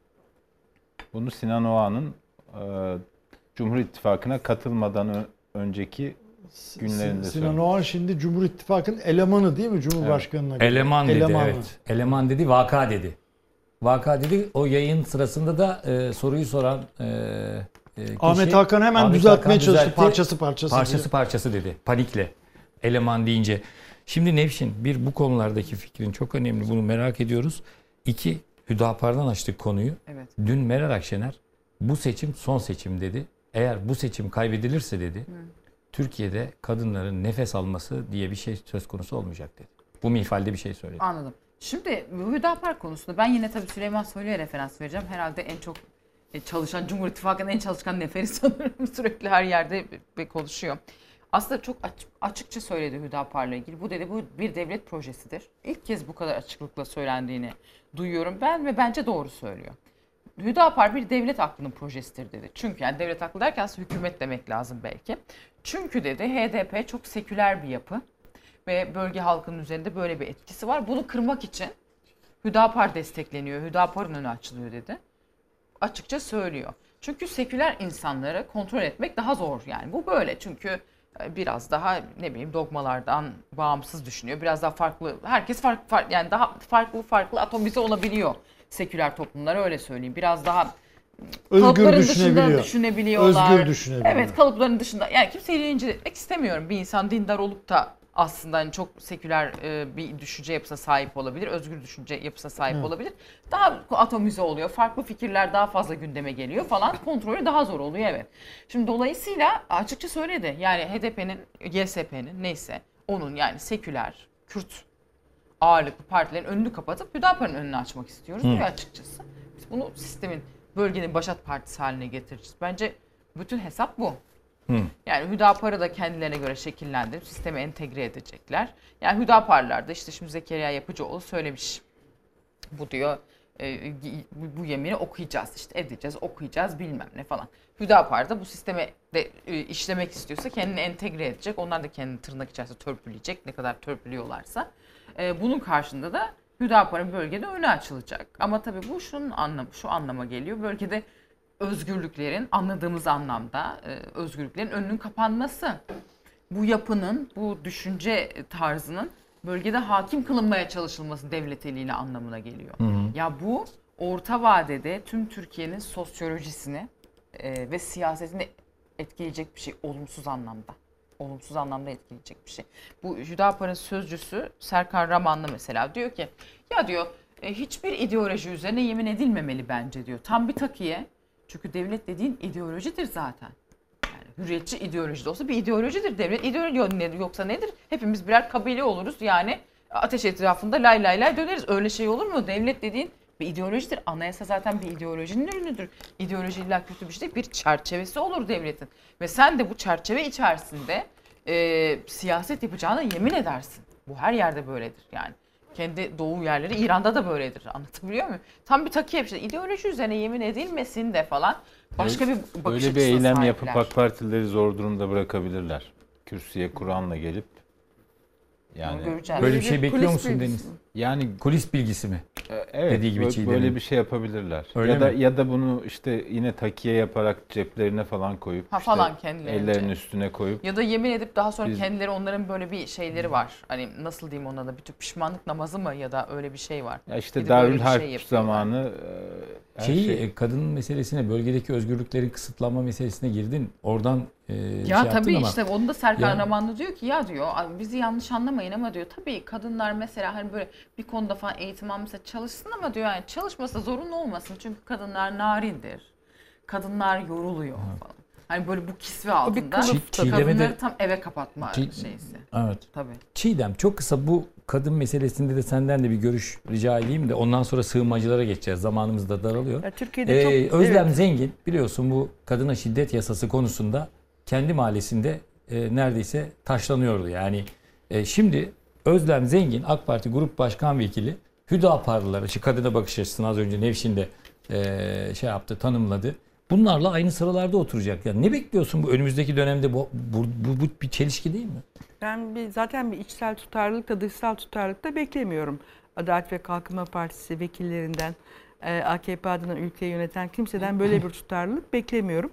Bunu Sinan Oğan'ın e, Cumhur İttifakı'na katılmadan ö- önceki günlerinde Sinan söyledi. Oğan şimdi Cumhur İttifakı'nın elemanı değil mi Cumhurbaşkanı'na? Evet. Eleman dedi, Elemanı. evet. Eleman dedi, vaka dedi. Vaka dedi. O yayın sırasında da e, soruyu soran e, e, kişi, Ahmet Hakan hemen Ahmet düzeltmeye Hakan çalıştı. düzeltti. Parçası parçası Parçası diye. parçası dedi. Panikle. Eleman deyince. Şimdi Nevşin, bir bu konulardaki fikrin çok önemli. Bunu merak ediyoruz. İki, Hüdapar'dan açtık konuyu. Evet. Dün Meral Akşener bu seçim son seçim dedi. Eğer bu seçim kaybedilirse dedi, Hı. Türkiye'de kadınların nefes alması diye bir şey söz konusu olmayacak dedi. Bu minvalde bir şey söyledi. Anladım. Şimdi Hüdapar konusunda ben yine tabii Süleyman Soylu'ya referans vereceğim. Herhalde en çok çalışan, Cumhur İttifakı'nın en çalışkan neferi sanırım. Sürekli her yerde konuşuyor. Aslında çok açıkça söyledi Hüdapar'la ilgili. Bu dedi bu bir devlet projesidir. İlk kez bu kadar açıklıkla söylendiğini duyuyorum ben ve bence doğru söylüyor. Hüdapar bir devlet aklının projesidir dedi. Çünkü yani devlet aklı derken hükümet demek lazım belki. Çünkü dedi H D P çok seküler bir yapı ve bölge halkının üzerinde böyle bir etkisi var. Bunu kırmak için Hüdapar destekleniyor. Hüdapar'ın önü açılıyor dedi. Açıkça söylüyor. Çünkü seküler insanları kontrol etmek daha zor yani. Bu böyle çünkü biraz daha ne bileyim dogmalardan bağımsız düşünüyor. Biraz daha farklı. Herkes farklı fark, yani daha farklı farklı atomize olabiliyor. Seküler toplumlar öyle söyleyeyim. Biraz daha özgür kalıpların düşünebiliyor. dışında düşünebiliyorlar. Özgür düşünebiliyor. Evet, kalıpların dışında. Yani kimseyi rencide etmek istemiyorum. Bir insan dindar olup da aslında hani çok seküler e, bir düşünce yapısına sahip olabilir. Özgür düşünce yapısına sahip evet. olabilir. Daha atomize oluyor. Farklı fikirler daha fazla gündeme geliyor falan. Kontrolü daha zor oluyor evet. Şimdi dolayısıyla açıkça söyledi. Yani H D P'nin, G S P'nin neyse onun yani seküler, Kürt ağırlıklı partilerin önünü kapatıp Hüdapar'ın önünü açmak istiyoruz diyor açıkçası. Biz bunu sistemin, bölgenin başat partisi haline getireceğiz. Bence bütün hesap bu. Hı. Yani Hüdapar'ı da kendilerine göre şekillendirip sisteme entegre edecekler. Yani Hüdaparlar da işte şimdi Zekeriya Yapıcıoğlu söylemiş. Bu diyor e, bu yemini okuyacağız işte edeceğiz okuyacağız bilmem ne falan. Hüdapar da bu sisteme de e, işlemek istiyorsa kendini entegre edecek. Onlar da kendini tırnak içerisinde törpüleyecek ne kadar törpülüyorlarsa. E, bunun karşında da Hüdapar'ın bölgede önü açılacak. Ama tabii bu şunun anlamı, şu anlama geliyor. Bölgede özgürlüklerin anladığımız anlamda e, özgürlüklerin önünün kapanması. Bu yapının, bu düşünce tarzının bölgede hakim kılınmaya çalışılması devlet eliyle anlamına geliyor. Hı hı. Ya bu orta vadede tüm Türkiye'nin sosyolojisini e, ve siyasetini etkileyecek bir şey olumsuz anlamda. Olumsuz anlamda etkileyecek bir şey. Bu Hüdapar'ın sözcüsü Serkan Ramanlı mesela diyor ki ya diyor e, hiçbir ideoloji üzerine yemin edilmemeli bence diyor. Tam bir takiye. Çünkü devlet dediğin ideolojidir zaten. Yani hürriyetçi ideoloji de olsa bir ideolojidir. Devlet ideoloji yoksa nedir? Hepimiz birer kabile oluruz. Yani ateş etrafında lay lay lay döneriz. Öyle şey olur mu? Devlet dediğin bir ideolojidir. Anayasa zaten bir ideolojinin ürünüdür. İdeoloji illa kötü bir şey değil. Bir çerçevesi olur devletin. Ve sen de bu çerçeve içerisinde e, siyaset yapacağına yemin edersin. Bu her yerde böyledir yani. Kendi doğu yerleri İran'da da böyledir. Anlatabiliyor muyum? Tam bir takiye bir şey. İdeoloji üzerine yemin edilmesin de falan. Başka bir bakış açısına Böyle bir eylem sahipler. yapıp AK Partileri zor durumda bırakabilirler. Kürsüye Kur'an'la gelip yani böyle bir şey bekliyor musun Deniz? Yani kulis bilgisi mi? Evet, dediği gibi böyle, Çiğdem'in. böyle bir şey yapabilirler. Öyle ya da mi? ya da bunu işte yine takiye yaparak ceplerine falan koyup Ha, işte falan kendilerince. ellerinin üstüne koyup Ya da yemin edip daha sonra Biz- kendileri onların böyle bir şeyleri var. Hani nasıl diyeyim ona da bir tür pişmanlık namazı mı ya da öyle bir şey var. ya işte Bir de böyle Darül bir Harp şey yapıyorlar. zamanı e, her Şeyi, şey- e, kadın meselesine, bölgedeki özgürlüklerin kısıtlanma meselesine girdin. Oradan e, Ya şey yaptın tabii ama işte onu da Serkan Ya- Ramanlı diyor ki ya diyor "Abi bizi yanlış anlamayın ama diyor tabii kadınlar mesela hani böyle bir konuda falan eğitim almışsa çalışsın ama diyor yani çalışmasa zorunlu olmasın çünkü kadınlar narindir. Kadınlar yoruluyor falan. Hani böyle bu kisve altında kılıf tabii. kadınları Çiğdem'e de- tam eve kapatma Çiğ- şeysi. Evet. Tabii. Çiğdem, çok kısa bu kadın meselesinde de senden de bir görüş rica edeyim de ondan sonra sığınmacılara geçeceğiz. Zamanımız da daralıyor. Ya Türkiye'de çok- Özlem evet. Zengin biliyorsun bu kadına şiddet yasası konusunda kendi mahallesinde e, neredeyse taşlanıyordu. Yani e, şimdi Özlem Zengin AK Parti Grup Başkan Vekili Hüdaparlılara, şu kadına bakış açısını az önce Nevşin de e, şey yaptı, tanımladı. Bunlarla aynı sıralarda oturacak. Yani ne bekliyorsun bu önümüzdeki dönemde, bu, bu, bu, bu bir çelişki değil mi? Ben bir, zaten bir içsel tutarlılık da dışsal tutarlılık da beklemiyorum. Adalet ve Kalkınma Partisi vekillerinden, e, A K P adına ülkeyi yöneten kimseden böyle bir tutarlılık beklemiyorum.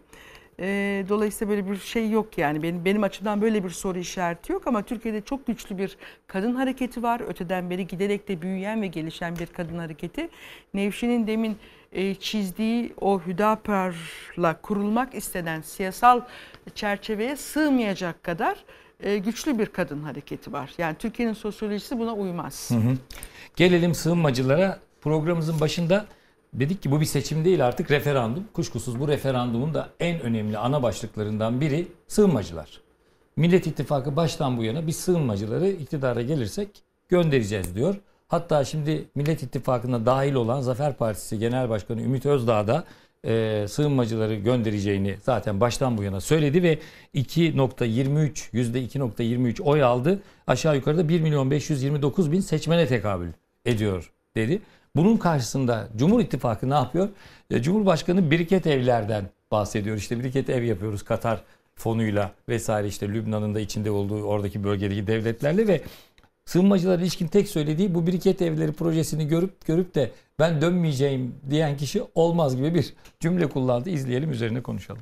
E, dolayısıyla böyle bir şey yok yani. Benim, benim açımdan böyle bir soru işareti yok ama Türkiye'de çok güçlü bir kadın hareketi var. Öteden beri giderek de büyüyen ve gelişen bir kadın hareketi. Nevşin'in demin e, çizdiği o Hüdapar'la kurulmak istenen siyasal çerçeveye sığmayacak kadar e, güçlü bir kadın hareketi var. Yani Türkiye'nin sosyolojisi buna uymaz. Hı hı. Gelelim sığınmacılara. Programımızın başında dedik ki bu bir seçim değil, artık referandum. Kuşkusuz bu referandumun da en önemli ana başlıklarından biri sığınmacılar. Millet İttifakı baştan bu yana biz sığınmacıları iktidara gelirsek göndereceğiz diyor. Hatta şimdi Millet İttifakı'na dahil olan Zafer Partisi Genel Başkanı Ümit Özdağ da e, sığınmacıları göndereceğini zaten baştan bu yana söyledi ve iki virgül yirmi üç yüzde iki virgül yirmi üç oy aldı. Aşağı yukarıda bir milyon beş yüz yirmi dokuz bin seçmene tekabül ediyor dedi. Bunun karşısında Cumhur İttifakı ne yapıyor? Ya, Cumhurbaşkanı biriket evlerden bahsediyor. İşte biriket ev yapıyoruz Katar fonuyla vesaire, işte Lübnan'ın da içinde olduğu oradaki bölgedeki devletlerle ve sığınmacılara ilişkin tek söylediği bu biriket evleri projesini görüp görüp de ben dönmeyeceğim diyen kişi olmaz gibi bir cümle kullandı. İzleyelim, üzerine konuşalım.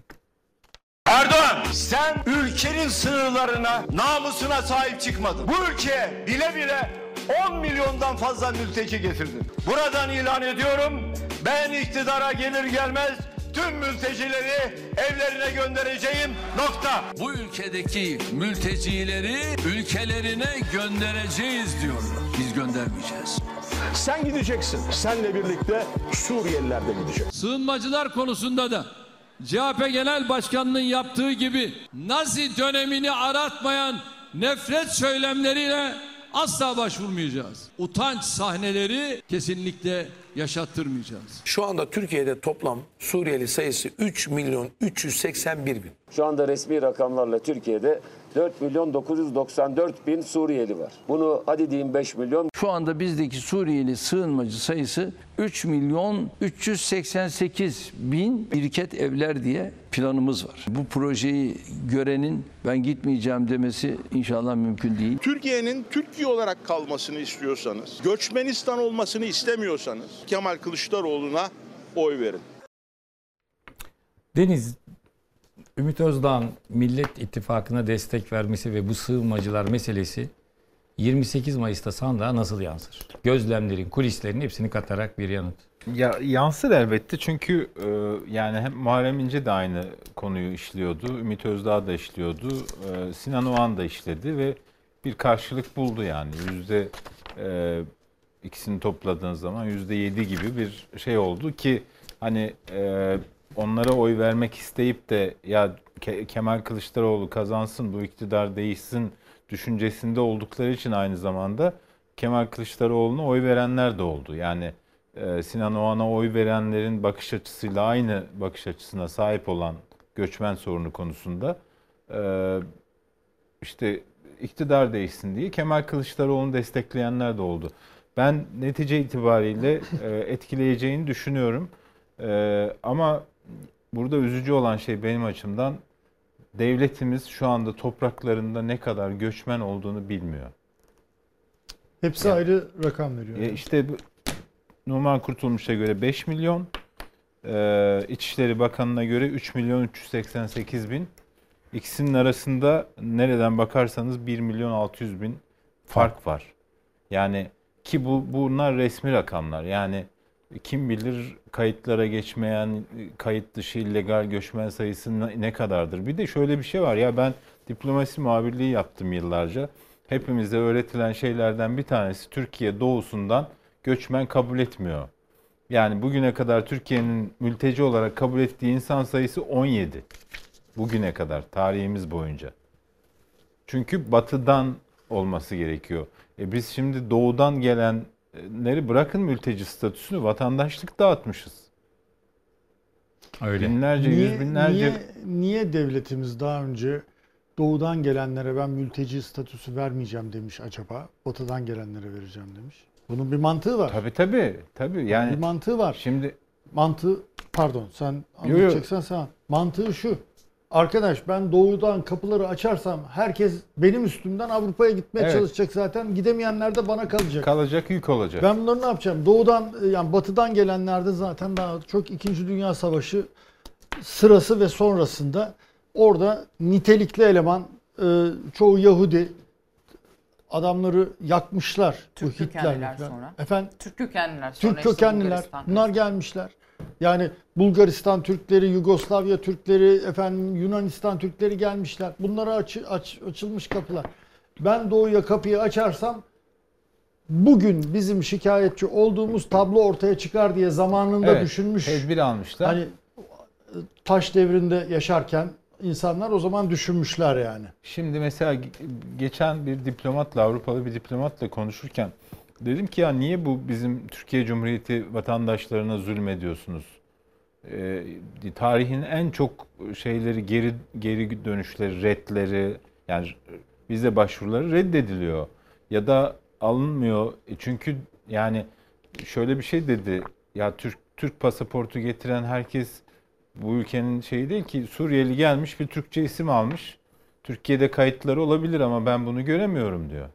Erdoğan, sen ülkenin sınırlarına, namusuna sahip çıkmadın. Bu ülkeye bile bile on milyondan fazla mülteci getirdin. Buradan ilan ediyorum, ben iktidara gelir gelmez tüm mültecileri evlerine göndereceğim, nokta. Bu ülkedeki mültecileri ülkelerine göndereceğiz diyorlar. Biz göndermeyeceğiz. Sen gideceksin. Senle birlikte Suriyeliler de gidecek. Sığınmacılar konusunda da C H P Genel Başkanı'nın yaptığı gibi Nazi dönemini aratmayan nefret söylemleriyle asla başvurmayacağız. Utanç sahneleri kesinlikle yaşattırmayacağız. Şu anda Türkiye'de toplam Suriyeli sayısı üç milyon üç yüz seksen bir bin. Şu anda resmi rakamlarla Türkiye'de dört milyon dokuz yüz doksan dört bin Suriyeli var. Bunu hadi diyeyim beş milyon. Şu anda bizdeki Suriyeli sığınmacı sayısı üç milyon üç yüz seksen sekiz bin biriket evler diye planımız var. Bu projeyi görenin ben gitmeyeceğim demesi inşallah mümkün değil. Türkiye'nin Türkiye olarak kalmasını istiyorsanız, Göçmenistan olmasını istemiyorsanız Kemal Kılıçdaroğlu'na oy verin. Deniz, Ümit Özdağ'ın Millet İttifakı'na destek vermesi ve bu sığınmacılar meselesi yirmi sekiz Mayıs'ta sandığa nasıl yansır? Gözlemlerin, kulislerin hepsini katarak bir yanıt. Ya yansır elbette çünkü e, yani hem Muharrem İnce de aynı konuyu işliyordu, Ümit Özdağ da işliyordu, e, Sinan Oğan da işledi ve bir karşılık buldu yani yüzde e, ikisini topladığın zaman yüzde yedi gibi bir şey oldu ki hani e, onlara oy vermek isteyip de ya Ke- Kemal Kılıçdaroğlu kazansın, bu iktidar değişsin düşüncesinde oldukları için aynı zamanda Kemal Kılıçdaroğlu'na oy verenler de oldu. Yani e, Sinan Oğan'a oy verenlerin bakış açısıyla aynı bakış açısına sahip olan göçmen sorunu konusunda e, işte iktidar değişsin diye Kemal Kılıçdaroğlu'nu destekleyenler de oldu. Ben netice itibariyle e, etkileyeceğini düşünüyorum. E, ama burada üzücü olan şey benim açımdan devletimiz şu anda topraklarında ne kadar göçmen olduğunu bilmiyor. Hepsi yani, ayrı rakam veriyor. E, işte Numan Kurtulmuş'a göre beş milyon, e, İçişleri Bakanı'na göre üç milyon üç yüz seksen sekiz bin. İkisinin arasında nereden bakarsanız bir milyon altı yüz bin fark var. Yani ki bu bunlar resmi rakamlar. Yani kim bilir kayıtlara geçmeyen, kayıt dışı illegal göçmen sayısı ne kadardır? Bir de şöyle bir şey var ya, ben diplomasi muhabirliği yaptım yıllarca. Hepimize öğretilen şeylerden bir tanesi, Türkiye doğusundan göçmen kabul etmiyor. Yani bugüne kadar Türkiye'nin mülteci olarak kabul ettiği insan sayısı on yedi. Bugüne kadar, tarihimiz boyunca. Çünkü batıdan olması gerekiyor. E biz şimdi doğudan gelenleri bırakın mülteci statüsünü, vatandaşlık dağıtmışız. Öyle. Binlerce, Niye, yüz binlerce... Niye, niye devletimiz daha önce doğudan gelenlere ben mülteci statüsü vermeyeceğim demiş acaba? Batıdan gelenlere vereceğim demiş. Bunun bir mantığı var. Tabii tabii. tabii. Yani bir mantığı var. Şimdi mantığı, pardon sen Yo, yo. anlatacaksan sen. Mantığı şu. Arkadaş ben doğudan kapıları açarsam herkes benim üstümden Avrupa'ya gitmeye Evet. çalışacak zaten. Gidemeyenler de bana kalacak. Kalacak, yük olacak. Ben bunları ne yapacağım? Doğudan yani batıdan gelenler de zaten daha çok İkinci Dünya Savaşı sırası ve sonrasında orada nitelikli eleman, e, çoğu Yahudi adamları yakmışlar. Türk bu Hitler'le kökenliler falan. sonra. Efendim? Türk kökenliler sonra. Türk işte kökenliler. Bulgaristan. Bunlar gelmişler. Yani Bulgaristan Türkleri, Yugoslavya Türkleri, efendim Yunanistan Türkleri gelmişler. Bunlara açı, aç, açılmış kapılar. Ben doğuya kapıyı açarsam bugün bizim şikayetçi olduğumuz tablo ortaya çıkar diye zamanında Evet, düşünmüş. tedbir almışlar. Hani taş devrinde yaşarken insanlar o zaman düşünmüşler yani. Şimdi mesela geçen bir diplomatla, Avrupalı bir diplomatla konuşurken dedim ki ya niye bu bizim Türkiye Cumhuriyeti vatandaşlarına zulmediyorsunuz? Ee, tarihin en çok şeyleri, geri geri dönüşleri, redleri, yani vize başvuruları reddediliyor ya da alınmıyor. E çünkü yani şöyle bir şey dedi. Ya Türk Türk pasaportu getiren herkes bu ülkenin şeyi değil ki, Suriyeli gelmiş bir Türkçe isim almış. Türkiye'de kayıtları olabilir ama ben bunu göremiyorum diyor.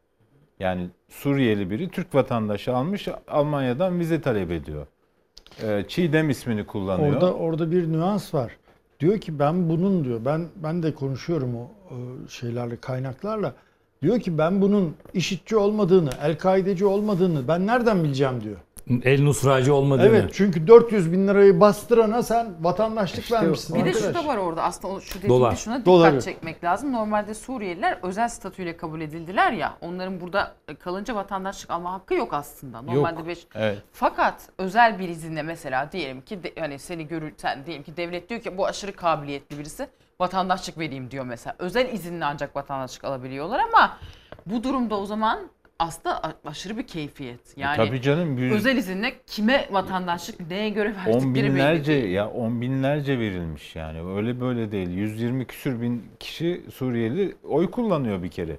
Yani Suriyeli biri Türk vatandaşı almış, Almanya'dan vize talep ediyor. Ee, Çiğdem ismini kullanıyor. Orada orada bir nüans var. Diyor ki ben bunun diyor. Ben ben de konuşuyorum o, o şeylerle, kaynaklarla. Diyor ki ben bunun IŞİD'ci olmadığını, El-Kaideci olmadığını ben nereden bileceğim diyor. El Nusracı olmadığını. Evet, çünkü dört yüz bin lirayı bastırana sen vatandaşlık İşte vermişsin. Bir de arkadaş. şu da var orada aslında, o- şu dediğimde Dolar. şuna dikkat Doları. çekmek lazım. Normalde Suriyeliler özel statüyle kabul edildiler ya, onların burada kalınca vatandaşlık alma hakkı yok aslında. Normalde Yok. beş. Evet. Fakat özel bir izinle mesela diyelim ki de, hani seni görür, sen diyelim ki devlet diyor ki bu aşırı kabiliyetli birisi, vatandaşlık vereyim diyor mesela. Özel izinle ancak vatandaşlık alabiliyorlar ama bu durumda o zaman aslında a- aşırı bir keyfiyet. Yani Tabii canım, yüz- özel izinle kime vatandaşlık, neye göre On verdikleri belli binlerce değil. ya on binlerce verilmiş yani, öyle böyle değil. yüz yirmi küsür bin kişi Suriyeli oy kullanıyor bir kere.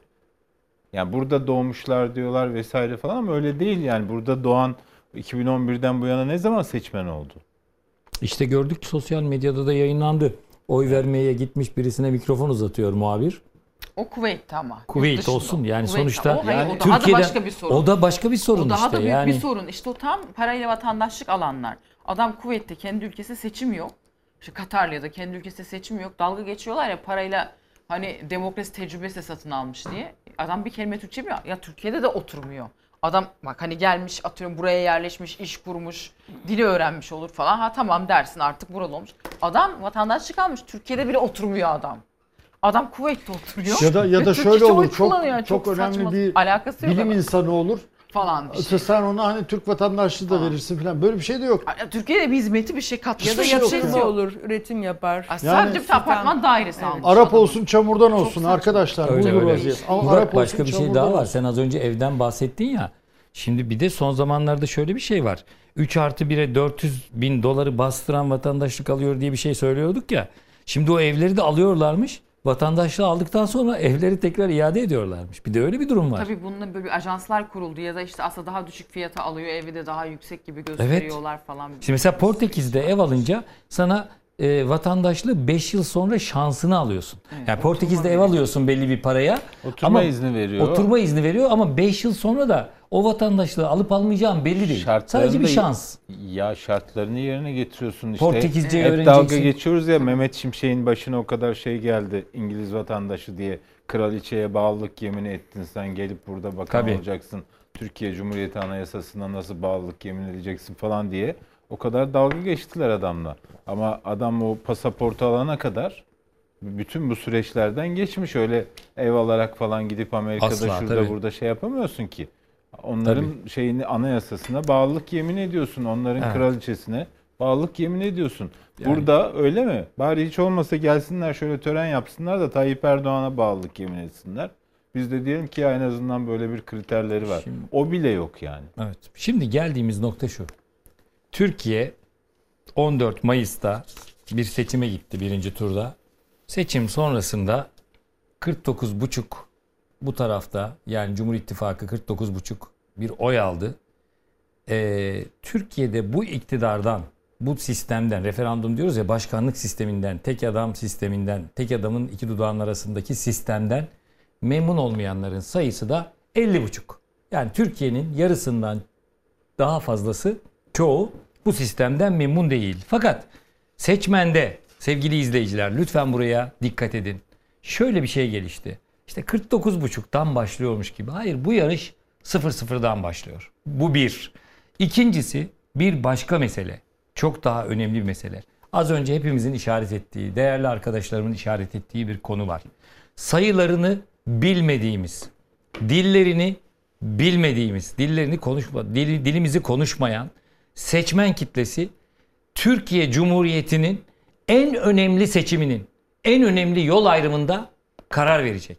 Yani burada doğmuşlar diyorlar vesaire falan ama öyle değil yani. Burada doğan iki bin on birden bu yana ne zaman seçmen oldu? İşte gördük, sosyal medyada da yayınlandı. Oy vermeye gitmiş birisine mikrofon uzatıyor muhabir. O Kuveyt'te ama. Yurt Kuveyt dışında. olsun yani Kuveyt'te. sonuçta. O, hayır, yani o daha da Türkiye'den- başka bir sorun. O da başka bir sorun O daha işte da büyük yani. bir sorun. İşte o tam parayla vatandaşlık alanlar. Adam Kuveyt'te kendi ülkesi seçim yok. İşte Katar'la ya da kendi ülkesi seçim yok. Dalga geçiyorlar ya parayla, hani demokrasi tecrübesi de satın almış diye. Adam bir kelime Türkçe biliyor. Ya Türkiye'de de oturmuyor. Adam bak hani gelmiş, atıyorum buraya yerleşmiş, iş kurmuş, dili öğrenmiş olur falan. Ha tamam dersin, artık buralı olmuş. Adam vatandaşlık almış. Türkiye'de bile oturmuyor adam. Adam Kuveyt'te oturuyor. Ya da ya ve da Türkçe şöyle oy olur. Çok kullanıyor. çok, önemli saçma, bir alakası yok bilim ama. insanı olur. Falan bir şey. Sen ona hani Türk vatandaşlığı da verirsin falan. Böyle bir şey de yok. Ya Türkiye'de bir hizmeti, bir şey katmış. Ya da bir şey yok. yatırımcı olur, üretim yapar. Yani sadece bir apartman dairesi almış. Arap olsun çamurdan olsun arkadaşlar. Öyle, Bulgur öyle. vaziyet. Ama Murat, Arap başka olsun, bir şey çamurdan daha var. olsun. Sen az önce evden bahsettin ya. Şimdi bir de son zamanlarda şöyle bir şey var. üç artı bire dört yüz bin doları bastıran vatandaşlık alıyor diye bir şey söylüyorduk ya. Şimdi o evleri de alıyorlarmış. Vatandaşlığı aldıktan sonra evleri tekrar iade ediyorlarmış. Bir de öyle bir durum var. Tabii bununla böyle bir ajanslar kuruldu ya da işte aslında daha düşük fiyata alıyor, evi de daha yüksek gibi gösteriyorlar falan. Şimdi mesela Portekiz'de ev alınca sana e, vatandaşlığı beş yıl sonra şansını alıyorsun. Evet, yani Portekiz'de ev alıyorsun belli bir paraya. Oturma ama izni veriyor. Oturma izni veriyor ama beş yıl sonra da O vatandaşlığı alıp almayacağım belli değil. Sadece bir şans. Ya şartlarını yerine getiriyorsun işte. Portekizce Hep öğreneceksin. dalga geçiyoruz ya, Mehmet Şimşek'in başına o kadar şey geldi. İngiliz vatandaşı diye. Kraliçeye bağlılık yemini ettin sen, gelip burada bakan Tabii. olacaksın. Türkiye Cumhuriyeti Anayasası'na nasıl bağlılık yemin edeceksin falan diye. O kadar dalga geçtiler adamla. Ama adam o pasaportu alana kadar bütün bu süreçlerden geçmiş. Öyle ev alarak falan gidip Amerika'da Asla, şurada tabii. burada şey yapamıyorsun ki. Onların Tabii. şeyini, anayasasına bağlılık yemin ediyorsun. Onların Evet. kraliçesine bağlılık yemin ediyorsun. Yani- Burada öyle mi? Bari hiç olmasa gelsinler şöyle tören yapsınlar da Tayyip Erdoğan'a bağlılık yemin etsinler. Biz de diyelim ki ya en azından böyle bir kriterleri var. Şimdi- o bile yok yani. Evet. Şimdi geldiğimiz nokta şu. Türkiye on dört Mayıs'ta bir seçime gitti birinci turda. Seçim sonrasında kırk dokuz buçuk bu tarafta, yani Cumhur İttifakı kırk dokuz buçuk bir oy aldı. Ee, Türkiye'de bu iktidardan, bu sistemden, referandum diyoruz ya, başkanlık sisteminden, tek adam sisteminden, tek adamın iki dudağın arasındaki sistemden memnun olmayanların sayısı da elli buçuk. Yani Türkiye'nin yarısından daha fazlası, çoğu bu sistemden memnun değil. Fakat seçmende, sevgili izleyiciler, lütfen buraya dikkat edin. Şöyle bir şey gelişti. İşte kırk dokuz buçuktan başlıyormuş gibi. Hayır, bu yarış sıfır sıfırdan başlıyor. Bu bir. İkincisi, bir başka mesele. Çok daha önemli bir mesele. Az önce hepimizin işaret ettiği, değerli arkadaşlarımın işaret ettiği bir konu var. Sayılarını bilmediğimiz, dillerini bilmediğimiz, dillerini konuşma, dili, dilimizi konuşmayan seçmen kitlesi Türkiye Cumhuriyeti'nin en önemli seçiminin, en önemli yol ayrımında karar verecek.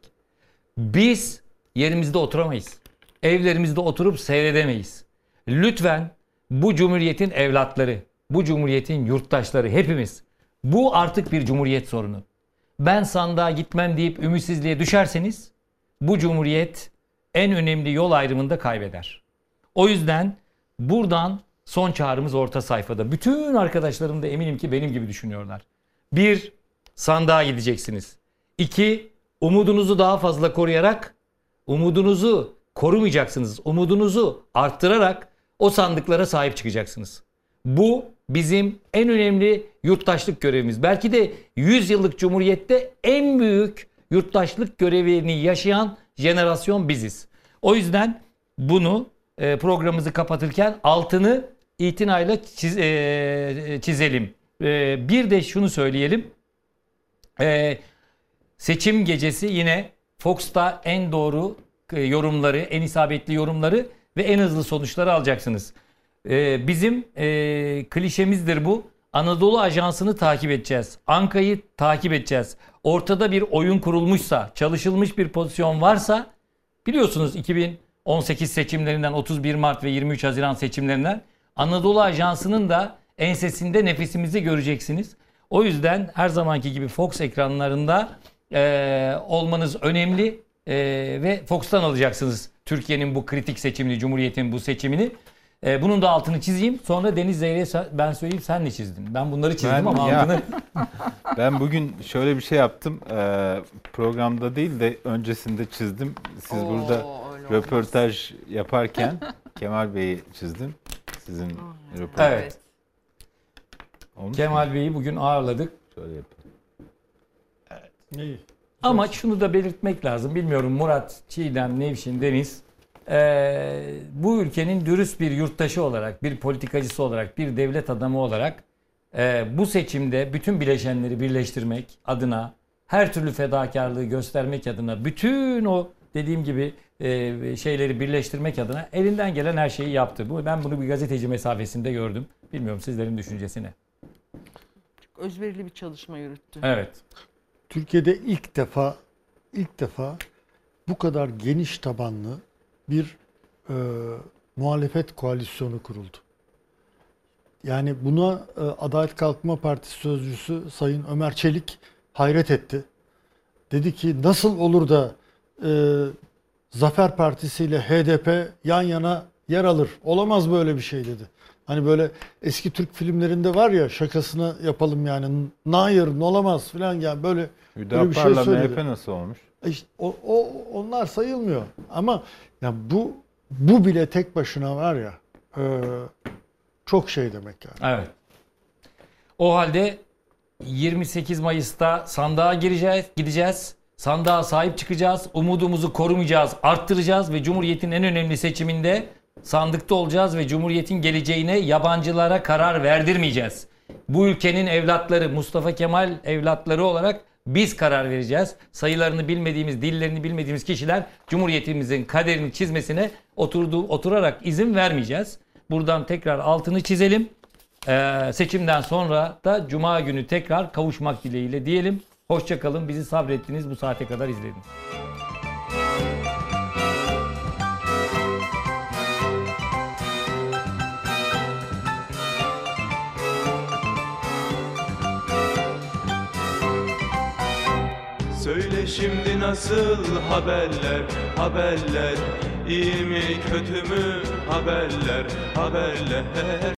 Biz yerimizde oturamayız. Evlerimizde oturup seyredemeyiz. Lütfen bu cumhuriyetin evlatları, bu cumhuriyetin yurttaşları, hepimiz, bu artık bir cumhuriyet sorunu. Ben sandığa gitmem deyip ümitsizliğe düşerseniz bu cumhuriyet en önemli yol ayrımında kaybeder. O yüzden buradan son çağrımız orta sayfada. Bütün arkadaşlarım da eminim ki benim gibi düşünüyorlar. Bir, sandığa gideceksiniz. İki, umudunuzu daha fazla koruyarak, umudunuzu korumayacaksınız. Umudunuzu arttırarak o sandıklara sahip çıkacaksınız. Bu bizim en önemli yurttaşlık görevimiz. Belki de yüz yıllık cumhuriyette en büyük yurttaşlık görevini yaşayan jenerasyon biziz. O yüzden bunu e, programımızı kapatırken altını itinayla çiz, e, çizelim. E, bir de şunu söyleyelim. E, seçim gecesi yine Fox'ta en doğru e, yorumları, en isabetli yorumları ve en hızlı sonuçları alacaksınız. E, bizim e, klişemizdir bu. Anadolu Ajansı'nı takip edeceğiz. Anka'yı takip edeceğiz. Ortada bir oyun kurulmuşsa, çalışılmış bir pozisyon varsa, biliyorsunuz iki bin on sekiz seçimlerinden, otuz bir Mart ve yirmi üç Haziran seçimlerinden Anadolu Ajansı'nın da ensesinde nefesimizi göreceksiniz. O yüzden her zamanki gibi Fox ekranlarında e, olmanız önemli e, ve Fox'tan alacaksınız Türkiye'nin bu kritik seçimini, Cumhuriyet'in bu seçimini. E, bunun da altını çizeyim. Sonra Deniz Zeyre'ye ben söyleyeyim, sen ne çizdin? Ben bunları çizdim Ben- ama ya- altını... Ben bugün şöyle bir şey yaptım. Ee, programda değil de öncesinde çizdim. Siz Oo, burada öyle röportaj yaparken Kemal Bey'i çizdim. Sizin röportaj. Evet. Kemal Bey'i bugün ağırladık. Şöyle yapalım. İyi. Ama şunu da belirtmek lazım. Bilmiyorum Murat, Çiğdem, Nevşin, Deniz. Ee, bu ülkenin dürüst bir yurttaşı olarak, bir politikacısı olarak, bir devlet adamı olarak e, bu seçimde bütün bileşenleri birleştirmek adına, her türlü fedakarlığı göstermek adına, bütün o dediğim gibi e, şeyleri birleştirmek adına elinden gelen her şeyi yaptı. Bu, ben bunu bir gazeteci mesafesinde gördüm. Bilmiyorum sizlerin düşüncesi ne? Çok özverili bir çalışma yürüttü. Evet. Türkiye'de ilk defa ilk defa bu kadar geniş tabanlı bir e, muhalefet koalisyonu kuruldu. Yani buna e, Adalet Kalkınma Partisi sözcüsü Sayın Ömer Çelik hayret etti. Dedi ki nasıl olur da e, Zafer Partisi ile H D P yan yana yer alır? Olamaz böyle bir şey dedi. Hani böyle eski Türk filmlerinde var ya, şakasını yapalım yani. Hayır, olamaz falan, yani böyle, böyle bir şey Hüdapar'la söyledi. M H P nasıl olmuş? İşte o, o onlar sayılmıyor. Ama ya bu Bu bile tek başına var ya e, çok şey demek yani. Evet. O halde yirmi sekiz Mayıs'ta sandığa gireceğiz, gideceğiz. Sandığa sahip çıkacağız. Umudumuzu korumayacağız, arttıracağız ve Cumhuriyet'in en önemli seçiminde sandıkta olacağız ve Cumhuriyet'in geleceğine yabancılara karar verdirmeyeceğiz. Bu ülkenin evlatları, Mustafa Kemal evlatları olarak biz karar vereceğiz. Sayılarını bilmediğimiz, dillerini bilmediğimiz kişiler Cumhuriyetimizin kaderini çizmesine oturduğu, oturarak izin vermeyeceğiz. Buradan tekrar altını çizelim. Ee, seçimden sonra da Cuma günü tekrar kavuşmak dileğiyle diyelim. Hoşça kalın. Bizi sabrettiniz. Bu saate kadar izlediniz. Söyle şimdi nasıl haberler, haberler, iyi mi kötü mü haberler, haberler.